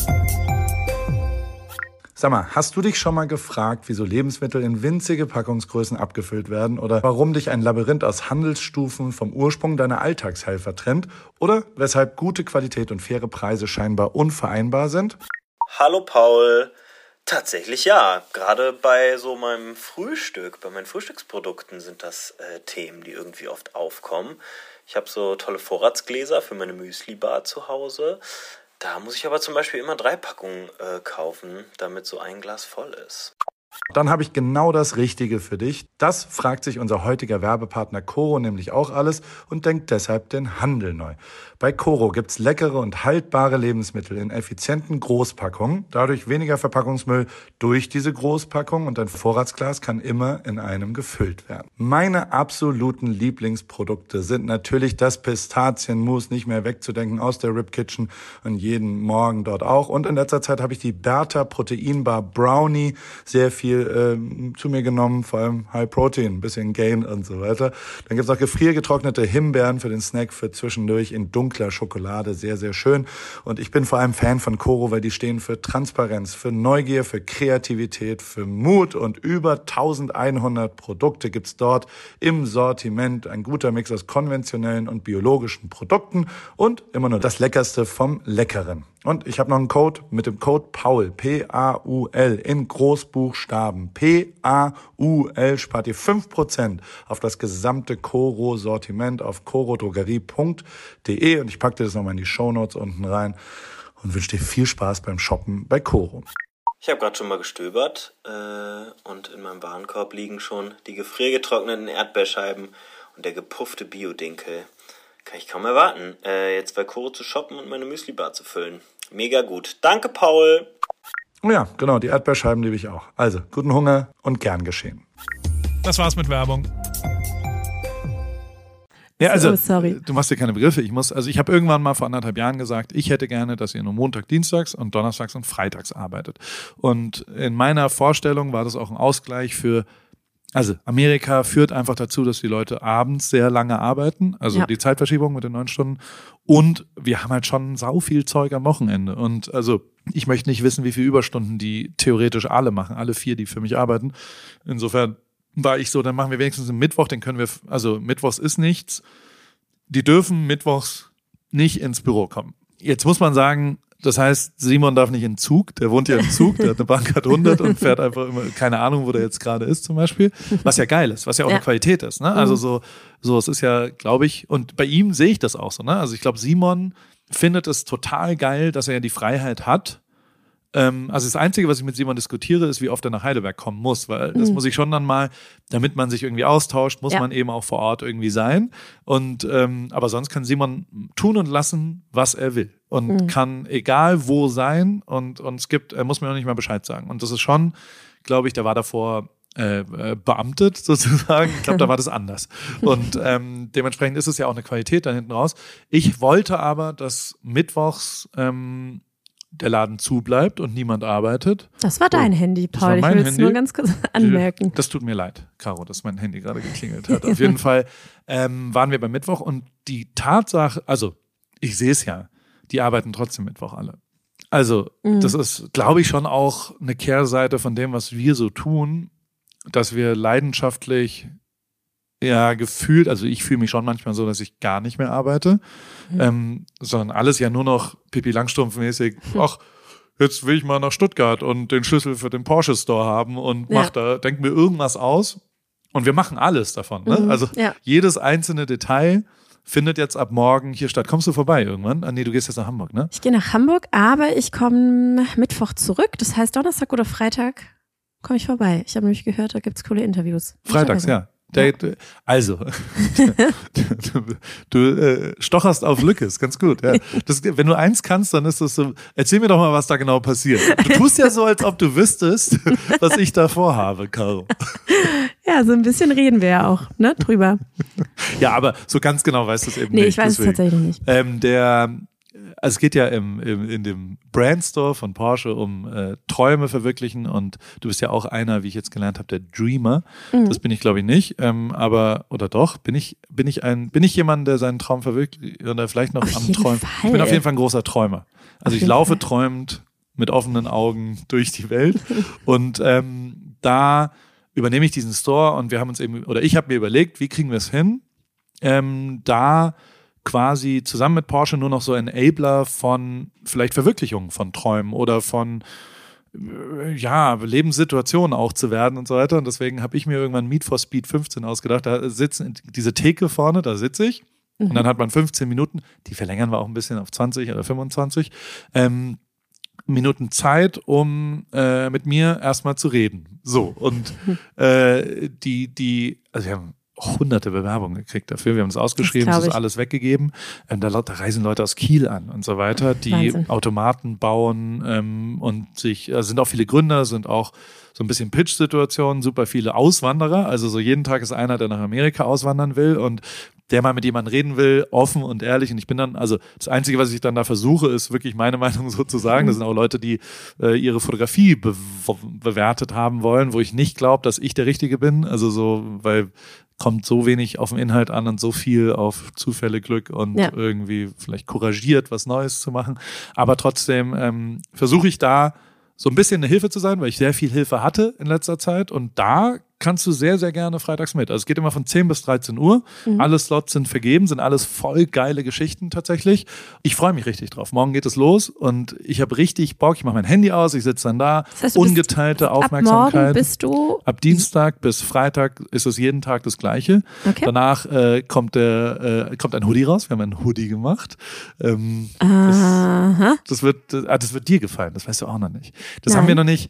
Sag mal, hast du dich schon mal gefragt, wieso Lebensmittel in winzige Packungsgrößen abgefüllt werden oder warum dich ein Labyrinth aus Handelsstufen vom Ursprung deiner Alltagshelfer trennt oder weshalb gute Qualität und faire Preise scheinbar unvereinbar sind? Hallo Paul. Tatsächlich ja. Gerade bei so meinem Frühstück, bei meinen Frühstücksprodukten sind das äh, Themen, die irgendwie oft aufkommen. Ich habe so tolle Vorratsgläser für meine Müsli-Bar zu Hause. Da muss ich aber zum Beispiel immer drei Packungen äh, kaufen, damit so ein Glas voll ist. Dann habe ich genau das Richtige für dich. Das fragt sich unser heutiger Werbepartner Coro nämlich auch alles und denkt deshalb den Handel neu. Bei Coro gibt's leckere und haltbare Lebensmittel in effizienten Großpackungen, dadurch weniger Verpackungsmüll durch diese Großpackung und dein Vorratsglas kann immer in einem gefüllt werden. Meine absoluten Lieblingsprodukte sind natürlich das Pistazienmus, nicht mehr wegzudenken aus der Rib Kitchen und jeden Morgen dort auch. Und in letzter Zeit habe ich die Bertha Proteinbar Brownie sehr viel äh, zu mir genommen, vor allem High Protein, ein bisschen Gain und so weiter. Dann gibt's auch gefriergetrocknete Himbeeren für den Snack für zwischendurch in dunkler Schokolade, sehr, sehr schön. Und ich bin vor allem Fan von Coro, weil die stehen für Transparenz, für Neugier, für Kreativität, für Mut und über elfhundert Produkte gibt's dort im Sortiment. Ein guter Mix aus konventionellen und biologischen Produkten und immer nur das Leckerste vom Leckeren. Und ich habe noch einen Code mit dem Code Paul, P A U L, in Großbuchstaben. P A U L spart ihr fünf Prozent auf das gesamte Coro-Sortiment auf corodrogerie punkt de und ich packe dir das nochmal in die Shownotes unten rein und wünsche dir viel Spaß beim Shoppen bei Coro. Ich habe gerade schon mal gestöbert äh, und in meinem Warenkorb liegen schon die gefriergetrockneten Erdbeerscheiben und der gepuffte Bio-Dinkel. Kann ich kaum erwarten, äh, jetzt bei Coro zu shoppen und meine Müsli-Bar zu füllen. Mega gut. Danke, Paul. Oh ja, genau, die Erdbeerscheiben liebe ich auch. Also, guten Hunger und gern geschehen. Das war's mit Werbung. Ja, also, oh, sorry. Du machst dir keine Begriffe. Ich muss, also ich habe irgendwann mal vor anderthalb Jahren gesagt, ich hätte gerne, dass ihr nur Montag, Dienstags und Donnerstags und Freitags arbeitet. Und in meiner Vorstellung war das auch ein Ausgleich für, also Amerika führt einfach dazu, dass die Leute abends sehr lange arbeiten, also ja. Die Zeitverschiebung mit den neun Stunden und wir haben halt schon sau viel Zeug am Wochenende und also ich möchte nicht wissen, wie viele Überstunden die theoretisch alle machen, alle vier, die für mich arbeiten. Insofern war ich so, dann machen wir wenigstens einen Mittwoch, den können wir, also Mittwochs ist nichts, die dürfen Mittwochs nicht ins Büro kommen. Jetzt muss man sagen, das heißt, Simon darf nicht in den Zug, der wohnt ja im Zug, der hat eine Bahncard hundert und fährt einfach immer, keine Ahnung, wo der jetzt gerade ist zum Beispiel, was ja geil ist, was ja auch ja. eine Qualität ist, ne? Also so, so, es ist ja, glaube ich, und bei ihm sehe ich das auch so, ne? Also ich glaube, Simon findet es total geil, dass er ja die Freiheit hat. Ähm, also das Einzige, was ich mit Simon diskutiere, ist, wie oft er nach Heidelberg kommen muss, weil das mhm. muss ich schon dann mal, damit man sich irgendwie austauscht, muss ja. man eben auch vor Ort irgendwie sein. Und ähm, aber sonst kann Simon tun und lassen, was er will. Und mhm. kann egal wo sein und, und es gibt, er muss mir auch nicht mal Bescheid sagen. Und das ist schon, glaube ich, der war davor äh, äh, beamtet sozusagen. Ich glaube, da war das anders. Und ähm, dementsprechend ist es ja auch eine Qualität da hinten raus. Ich wollte aber, dass mittwochs ähm, der Laden zu bleibt und niemand arbeitet. Das war dein oh, Handy, Paul. Ich will es nur ganz kurz anmerken. Das tut mir leid, Caro, dass mein Handy gerade geklingelt hat. Auf jeden Fall ähm, waren wir beim Mittwoch und die Tatsache, also ich sehe es ja, die arbeiten trotzdem Mittwoch alle. Also mhm. das ist, glaube ich, schon auch eine Kehrseite von dem, was wir so tun, dass wir leidenschaftlich ja gefühlt, also ich fühle mich schon manchmal so, dass ich gar nicht mehr arbeite, mhm. ähm, sondern alles ja nur noch Pippi Langstrumpf-mäßig, ach, jetzt will ich mal nach Stuttgart und den Schlüssel für den Porsche Store haben und mach ja. da, denk mir irgendwas aus und wir machen alles davon. Ne? Mhm. Also ja. jedes einzelne Detail findet jetzt ab morgen hier statt. Kommst du vorbei irgendwann? Ah nee, du gehst jetzt nach Hamburg, ne? Ich gehe nach Hamburg, aber ich komme Mittwoch zurück, das heißt Donnerstag oder Freitag komme ich vorbei. Ich habe nämlich gehört, da gibt's coole Interviews. Freitags, ja. Der, also, du, du äh, stocherst auf Lücke, ist ganz gut. Ja. Das, wenn du eins kannst, dann ist das so, erzähl mir doch mal, was da genau passiert. Du tust ja so, als ob du wüsstest, was ich da vorhabe, Caro. Ja, so ein bisschen reden wir ja auch, ne, drüber. Ja, aber so ganz genau weißt du es eben nee, nicht. Nee, ich weiß deswegen. es tatsächlich nicht. Ähm, der also es geht ja im, im, in dem Brandstore von Porsche um äh, Träume verwirklichen und du bist ja auch einer, wie ich jetzt gelernt habe, der Dreamer. Mhm. Das bin ich, glaube ich, nicht. Ähm, aber, oder doch, bin ich, bin ich ein, bin ich jemand, der seinen Traum verwirklicht oder vielleicht noch auf am Träumen? Fall. Ich bin auf jeden Fall ein großer Träumer. Also auf ich laufe Fall. träumend mit offenen Augen durch die Welt und ähm, da übernehme ich diesen Store und wir haben uns eben, oder ich habe mir überlegt, wie kriegen wir es hin, ähm, da quasi zusammen mit Porsche nur noch so Enabler von vielleicht Verwirklichungen von Träumen oder von äh, ja, Lebenssituationen auch zu werden und so weiter. Und deswegen habe ich mir irgendwann Meet for Speed fünfzehn ausgedacht. Da sitzen diese Theke vorne, da sitze ich. Mhm. Und dann hat man fünfzehn Minuten, die verlängern wir auch ein bisschen auf zwanzig oder fünfundzwanzig, ähm, Minuten Zeit, um äh, mit mir erstmal zu reden. So, und äh, die, die, also wir haben hunderte Bewerbungen gekriegt dafür. Wir haben es ausgeschrieben, es ist alles weggegeben. Ähm, da, da reisen Leute aus Kiel an und so weiter, die Wahnsinn. Automaten bauen ähm, und sich, also sind auch viele Gründer, sind auch so ein bisschen Pitch-Situationen, super viele Auswanderer. Also so jeden Tag ist einer, der nach Amerika auswandern will und der mal mit jemandem reden will, offen und ehrlich. Und ich bin dann, also das Einzige, was ich dann da versuche, ist wirklich meine Meinung so zu sagen. Das sind auch Leute, die äh, ihre Fotografie be- bewertet haben wollen, wo ich nicht glaube, dass ich der Richtige bin. Also so, weil kommt so wenig auf den Inhalt an und so viel auf Zufälle, Glück und ja. irgendwie vielleicht couragiert, was Neues zu machen. Aber trotzdem ähm, versuche ich da so ein bisschen eine Hilfe zu sein, weil ich sehr viel Hilfe hatte in letzter Zeit. Und da kannst du sehr, sehr gerne freitags mit. Also es geht immer von zehn bis dreizehn Uhr. Mhm. Alle Slots sind vergeben, sind alles voll geile Geschichten tatsächlich. Ich freue mich richtig drauf. Morgen geht es los und ich habe richtig Bock. Ich mache mein Handy aus, ich sitze dann da. Das heißt, ungeteilte bist, Aufmerksamkeit. Ab morgen bist du? Ab Dienstag bis Freitag ist es jeden Tag das Gleiche. Okay. Danach äh, kommt, der, äh, kommt ein Hoodie raus. Wir haben einen Hoodie gemacht. Ähm, Aha. Das, das, wird, das, ah, das wird dir gefallen, das weißt du auch noch nicht. Das Nein. haben wir noch nicht.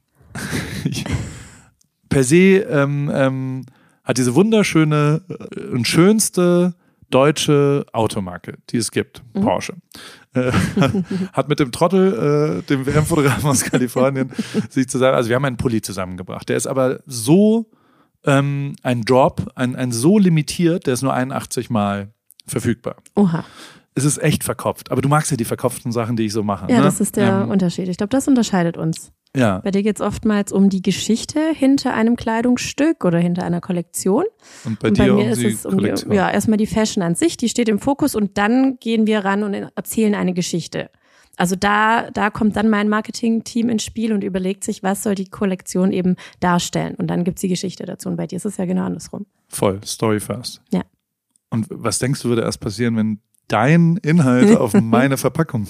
ich, Per se ähm, ähm, hat diese wunderschöne äh, und schönste deutsche Automarke, die es gibt, mhm. Porsche. Äh, hat, hat mit dem Trottel, äh, dem W M-Fotografen aus Kalifornien, sich zusammen, also wir haben einen Pulli zusammengebracht. Der ist aber so ähm, ein Drop, ein, ein so limitiert, der ist nur einundachtzig Mal verfügbar. Oha. Es ist echt verkopft, aber du magst ja die verkopften Sachen, die ich so mache. Ja, ne? das ist der ähm, Unterschied. Ich glaube, das unterscheidet uns. Ja. Bei dir geht es oftmals um die Geschichte hinter einem Kleidungsstück oder hinter einer Kollektion. Und bei und dir bei mir um ist die es um Kollektion. Die, ja, erstmal die Fashion an sich, die steht im Fokus und dann gehen wir ran und erzählen eine Geschichte. Also da, da kommt dann mein Marketing-Team ins Spiel und überlegt sich, was soll die Kollektion eben darstellen. Und dann gibt es die Geschichte dazu. Und bei dir ist es ja genau andersrum. Voll, Story first. Ja. Und was denkst du, würde erst passieren, wenn dein Inhalt auf meine Verpackung.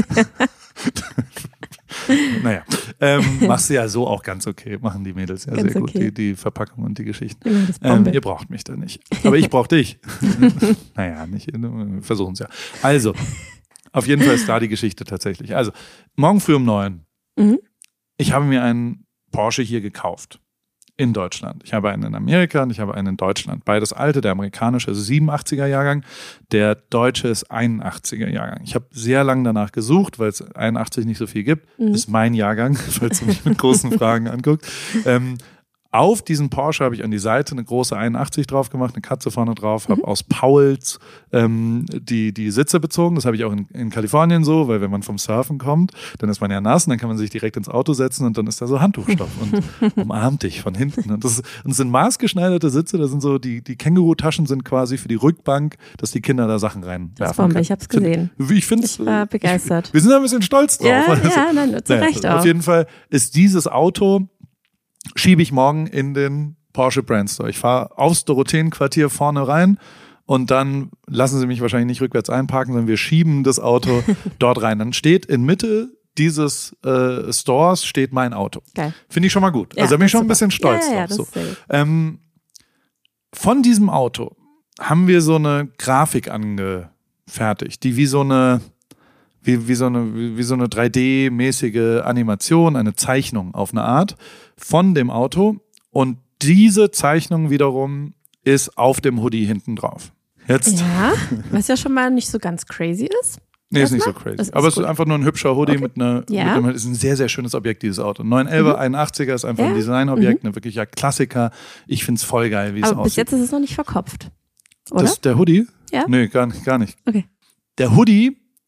Naja, ähm, machst du ja so auch ganz okay, machen die Mädels ja ganz sehr gut, okay. die, die Verpackung und die Geschichten. Ähm, ihr braucht mich da nicht. Aber ich brauche dich. Naja, nicht, wir versuchen es ja. Also, auf jeden Fall ist da die Geschichte tatsächlich. Also, morgen früh um neun. Mhm. Ich habe mir einen Porsche hier gekauft. In Deutschland. Ich habe einen in Amerika und ich habe einen in Deutschland. Beides alte, der amerikanische ist siebenundachtziger Jahrgang, der deutsche ist einundachtziger Jahrgang. Ich habe sehr lange danach gesucht, weil es einundachtzig nicht so viel gibt. Mhm. Ist mein Jahrgang, falls du mich mit großen Fragen anguckst. Ähm, auf diesen Porsche habe ich an die Seite eine große einundachtzig drauf gemacht, eine Katze vorne drauf, habe mhm. aus Pauls ähm, die, die Sitze bezogen. Das habe ich auch in, in Kalifornien so, weil wenn man vom Surfen kommt, dann ist man ja nass und dann kann man sich direkt ins Auto setzen und dann ist da so Handtuchstoff und umarmt dich von hinten. Und das, und das sind maßgeschneiderte Sitze, da sind so, die, die Känguru-Taschen sind quasi für die Rückbank, dass die Kinder da Sachen reinwerfen das Bombe, können. Ich habe es gesehen. Ich, ich war begeistert. Ich, wir sind da ein bisschen stolz drauf. Ja, also, ja nein, zu Recht naja, auch. Auf jeden Fall ist dieses Auto schiebe ich morgen in den Porsche Brandstore. Ich fahre aufs Dorotheenquartier vorne rein und dann lassen sie mich wahrscheinlich nicht rückwärts einparken, sondern wir schieben das Auto dort rein. Dann steht in Mitte dieses äh, Stores steht mein Auto. Geil. Finde ich schon mal gut. Ja, also da bin ich schon super. ein bisschen stolz ja, ja, drauf. Ja, so. ähm, von diesem Auto haben wir so eine Grafik angefertigt, die wie so eine Wie, wie, so eine, wie, wie so eine drei D-mäßige Animation, eine Zeichnung auf eine Art von dem Auto. Und diese Zeichnung wiederum ist auf dem Hoodie hinten drauf. Jetzt. Ja, was ja schon mal nicht so ganz crazy ist. Nee, ist nicht so crazy. Ist Aber es gut. ist einfach nur ein hübscher Hoodie okay. mit einer, ja. mit einem, ist ein sehr, sehr schönes Objekt, dieses Auto. neun elfer mhm. einundachtziger ist einfach ja. ein Designobjekt, mhm. ein wirklicher Klassiker. Ich finde es voll geil, wie es Aber aussieht. bis jetzt ist es noch nicht verkopft, oder? Das, der Hoodie? Ja. Nee, gar nicht, gar nicht. Okay. Der Hoodie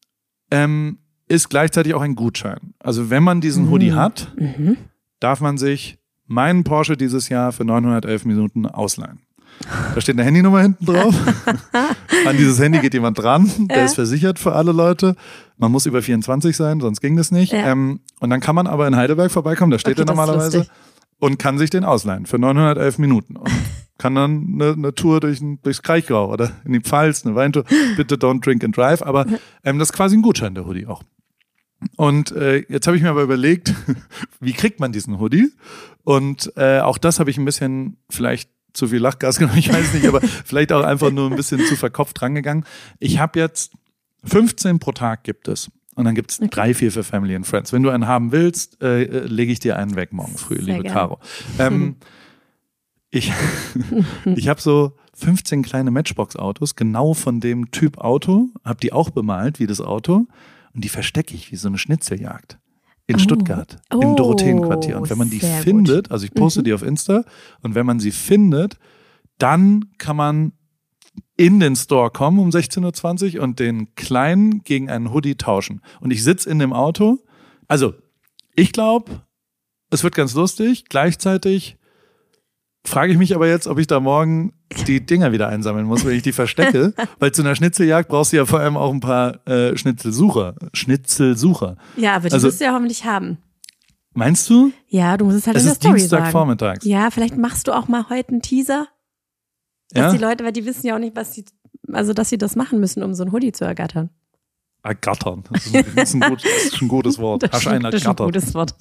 ähm, ist gleichzeitig auch ein Gutschein. Also wenn man diesen Hoodie hat, Mhm. darf man sich meinen Porsche dieses Jahr für neunhundertelf Minuten ausleihen. Da steht eine Handynummer hinten drauf. An dieses Handy geht jemand dran. Der Ja. ist versichert für alle Leute. Man muss über vierundzwanzig sein, sonst ging das nicht. Ja. Ähm, und dann kann man aber in Heidelberg vorbeikommen, da steht Okay, er das ist normalerweise, lustig. und kann sich den ausleihen für neunhundertelf Minuten. Und kann dann eine, eine Tour durch, durchs Kraichgau oder in die Pfalz, eine Weintour. Bitte don't drink and drive. Aber ähm, das ist quasi ein Gutschein, der Hoodie auch. Und äh, jetzt habe ich mir aber überlegt, wie kriegt man diesen Hoodie? Und äh, auch das habe ich ein bisschen vielleicht zu viel Lachgas genommen, ich weiß nicht, aber vielleicht auch einfach nur ein bisschen zu verkopft rangegangen. Ich habe jetzt fünfzehn pro Tag gibt es. Und dann gibt es drei, vier für Family and Friends. Wenn du einen haben willst, äh, lege ich dir einen weg morgen früh, Sehr liebe gern. Caro. Ähm, ich ich habe so fünfzehn kleine Matchbox-Autos, genau von dem Typ Auto, habe die auch bemalt wie das Auto und die verstecke ich wie so eine Schnitzeljagd. In Oh. Stuttgart, im Oh, Dorotheenquartier. Und wenn man die sehr gut. findet, also ich poste Mhm. die auf Insta, und wenn man sie findet, dann kann man in den Store kommen um sechzehn Uhr zwanzig und den kleinen gegen einen Hoodie tauschen. Und ich sitze in dem Auto. Also, ich glaube, es wird ganz lustig. Gleichzeitig frage ich mich aber jetzt, ob ich da morgen die Dinger wieder einsammeln muss, wenn ich die verstecke. Weil zu einer Schnitzeljagd brauchst du ja vor allem auch ein paar äh, Schnitzelsucher. Schnitzelsucher. Ja, aber die Also- wirst du ja hoffentlich haben. Meinst du? Ja, du musst es halt Es in der ist Story sagen. Dienstagvormittags. Ja, vielleicht machst du auch mal heute einen Teaser, dass Ja? die Leute, weil die wissen ja auch nicht, was sie, also dass sie das machen müssen, um so ein Hoodie zu ergattern. Ergattern. Das ist ein, das ist ein, gut, das ist ein gutes Wort. Das Hast ist, einen das ist ein ergattert. gutes Wort.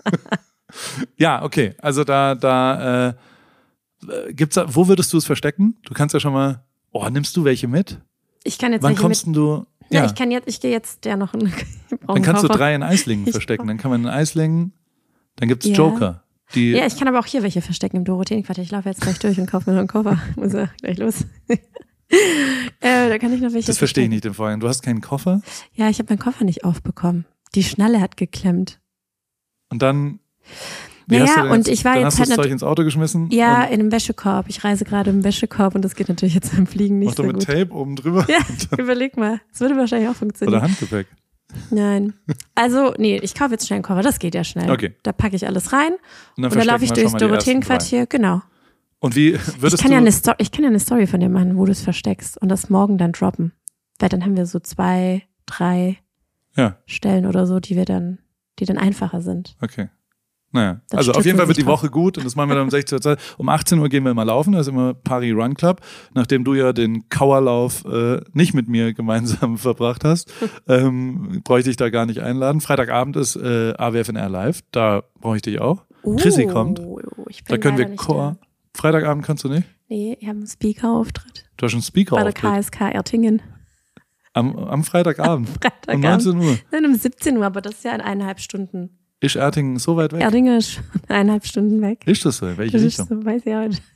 Ja, okay. Also da, da äh, gibt's da, wo würdest du es verstecken? Du kannst ja schon mal. Oh, nimmst du welche mit? Ich kann jetzt Wann welche kommst mit, denn du? Ja, Ja, ich kann jetzt, ich gehe jetzt ja noch einen, dann kannst du Koffer. drei in Eislingen Ich verstecken. Dann kann man in Eislingen, dann gibt's Ja. Joker. Die, Ja, ich kann aber auch hier welche verstecken im Dorotheenquartier. Ich laufe jetzt gleich durch und kaufe mir noch einen Koffer. Muss ja gleich los. äh, da kann ich noch welche das verstehe ich verstecken. nicht im Vorhinein. Du hast keinen Koffer Ja, ich habe meinen Koffer nicht aufbekommen. Die Schnalle hat geklemmt. und dann. wie Naja, hast du denn und jetzt, ich war dann jetzt hast du halt das nat- Zeug ins Auto geschmissen. Ja, und in einem Wäschekorb. Ich reise gerade im Wäschekorb und das geht natürlich jetzt beim Fliegen nicht machst du so mit gut. Tape oben drüber Ja, überleg mal. Das würde wahrscheinlich auch funktionieren. oder Handgepäck. Nein. Also, nee, ich kaufe jetzt schnell einen Koffer. Das geht ja schnell. Okay. Da packe ich alles rein Und dann, und dann laufe ich verstecken wir durchs schon mal die ersten Dorotheenquartier. Genau. drei. Und wie würdest Ich kann, du? ja eine Sto- ich kann ja eine Story von dir machen, wo du es versteckst und das morgen dann droppen. Weil dann haben wir so zwei, drei Ja. Stellen oder so, die wir dann, die dann einfacher sind. Okay. Naja, Dann also auf stützen jeden Fall sie wird die sich drauf. Woche gut und das machen wir dann um sechzehn Uhr. Um achtzehn Uhr gehen wir immer laufen, das ist immer Paris Run Club, nachdem du ja den Kauerlauf äh, nicht mit mir gemeinsam verbracht hast, ähm, brauche ich dich da gar nicht einladen. Freitagabend ist äh, A W F N R Live, da brauche ich dich auch. Chrissy kommt, Oh, ich bin da können leider wir nicht Chor. da. Freitagabend kannst du nicht? Nee, wir haben einen Speaker-Auftritt Du hast einen Speaker bei der auftritt. K S K Ertingen. Am, am Freitagabend. Um Freitagabend. neunzehn Uhr. Nein, um siebzehn Uhr, aber das ist ja in eineinhalb Stunden. Ist Ertingen so weit weg? Erdingen ist schon eineinhalb Stunden weg. Ist das so? In welche Das ist Richtung? so, weiß ich auch nicht.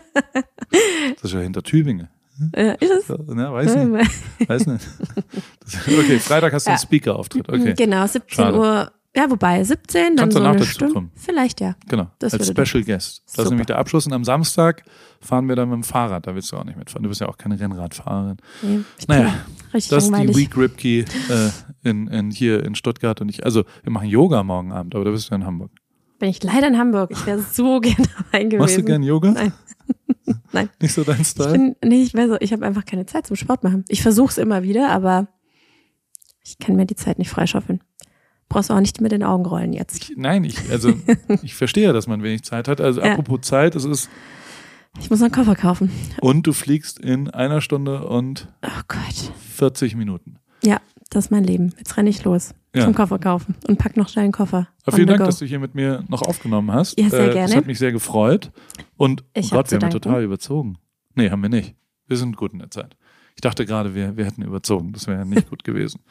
Das ist ja hinter Tübingen. Äh, ist es? So, ja, weiß nicht. Weiß nicht. Das, okay, Freitag hast du einen Ja. Speaker-Auftritt. Okay, Genau, siebzehn Schade. Uhr. Ja, wobei, siebzehn, dann Kannst so danach eine dazu Stunde. kommen. Vielleicht, ja. genau. Das Als würde Special Guest. Das Super. ist nämlich der Abschluss. Und am Samstag fahren wir dann mit dem Fahrrad. Da willst du auch nicht mitfahren. Du bist ja auch keine Rennradfahrerin. Nee, ich Naja, bin richtig Das ist die langweilig. Week Ripkey äh, in, in, hier in Stuttgart. Und ich, also, wir machen Yoga morgen Abend, aber da bist du in Hamburg. Bin ich leider in Hamburg. Ich wäre so gerne dabei gewesen. Machst du gern Yoga? Nein. Nein. Nicht so dein Ich Style? bin, nee, ich weiß, ich habe einfach keine Zeit zum Sport machen. Ich versuche es immer wieder, aber ich kann mir die Zeit nicht freischaufeln. Brauchst du auch nicht mit den Augen rollen jetzt. Nein, ich, also, ich verstehe ja, dass man wenig Zeit hat. Also, Ja. apropos Zeit, es ist, Ich muss einen Koffer kaufen. und du fliegst in einer Stunde und Oh Gott. vierzig Minuten. Ja, das ist mein Leben. Jetzt renne ich los Ja. zum Koffer kaufen und pack noch schnell einen Koffer. Aber On vielen the Dank, go. dass du hier mit mir noch aufgenommen hast. Ja, sehr Das gerne. hat mich sehr gefreut. Und, oh Ich hab Gott, zu wir haben ja danken. total überzogen. Nee, haben wir nicht. Wir sind gut in der Zeit. Ich dachte gerade, wir, wir hätten überzogen. Das wäre ja nicht gut gewesen.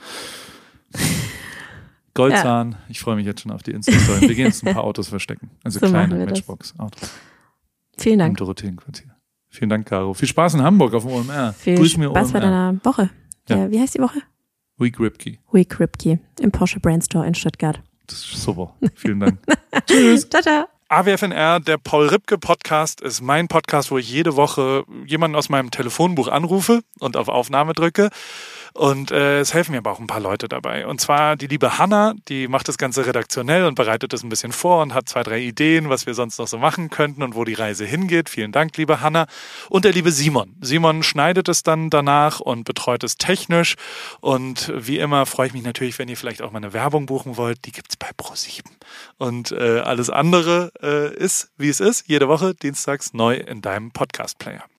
Goldzahn, ich freue mich jetzt schon auf die Insta-Story. Wir gehen jetzt ein paar Autos verstecken. Also So machen kleine wir das. Matchbox-Autos Vielen im Dank. Dorotheenquartier. Vielen Dank, Caro. Viel Spaß in Hamburg auf dem O M R. Viel Grüß mir Spaß bei O M R. deiner Woche. Ja. Ja. Wie heißt die Woche? Week Ripkey. Week Ripkey im Porsche Brand Store in Stuttgart. Das ist super. Vielen Dank. Tschüss. Ciao, ciao. A W F N R, der Paul Ripke Podcast, ist mein Podcast, wo ich jede Woche jemanden aus meinem Telefonbuch anrufe und auf Aufnahme drücke. Und äh, es helfen mir aber auch ein paar Leute dabei. Und zwar die liebe Hanna, die macht das Ganze redaktionell und bereitet das ein bisschen vor und hat zwei, drei Ideen, was wir sonst noch so machen könnten und wo die Reise hingeht. Vielen Dank, liebe Hanna. Und der liebe Simon. Simon schneidet es dann danach und betreut es technisch. Und wie immer freue ich mich natürlich, wenn ihr vielleicht auch mal eine Werbung buchen wollt. Die gibt's bei ProSieben. Und äh, alles andere äh, ist, wie es ist, jede Woche dienstags neu in deinem Podcast-Player.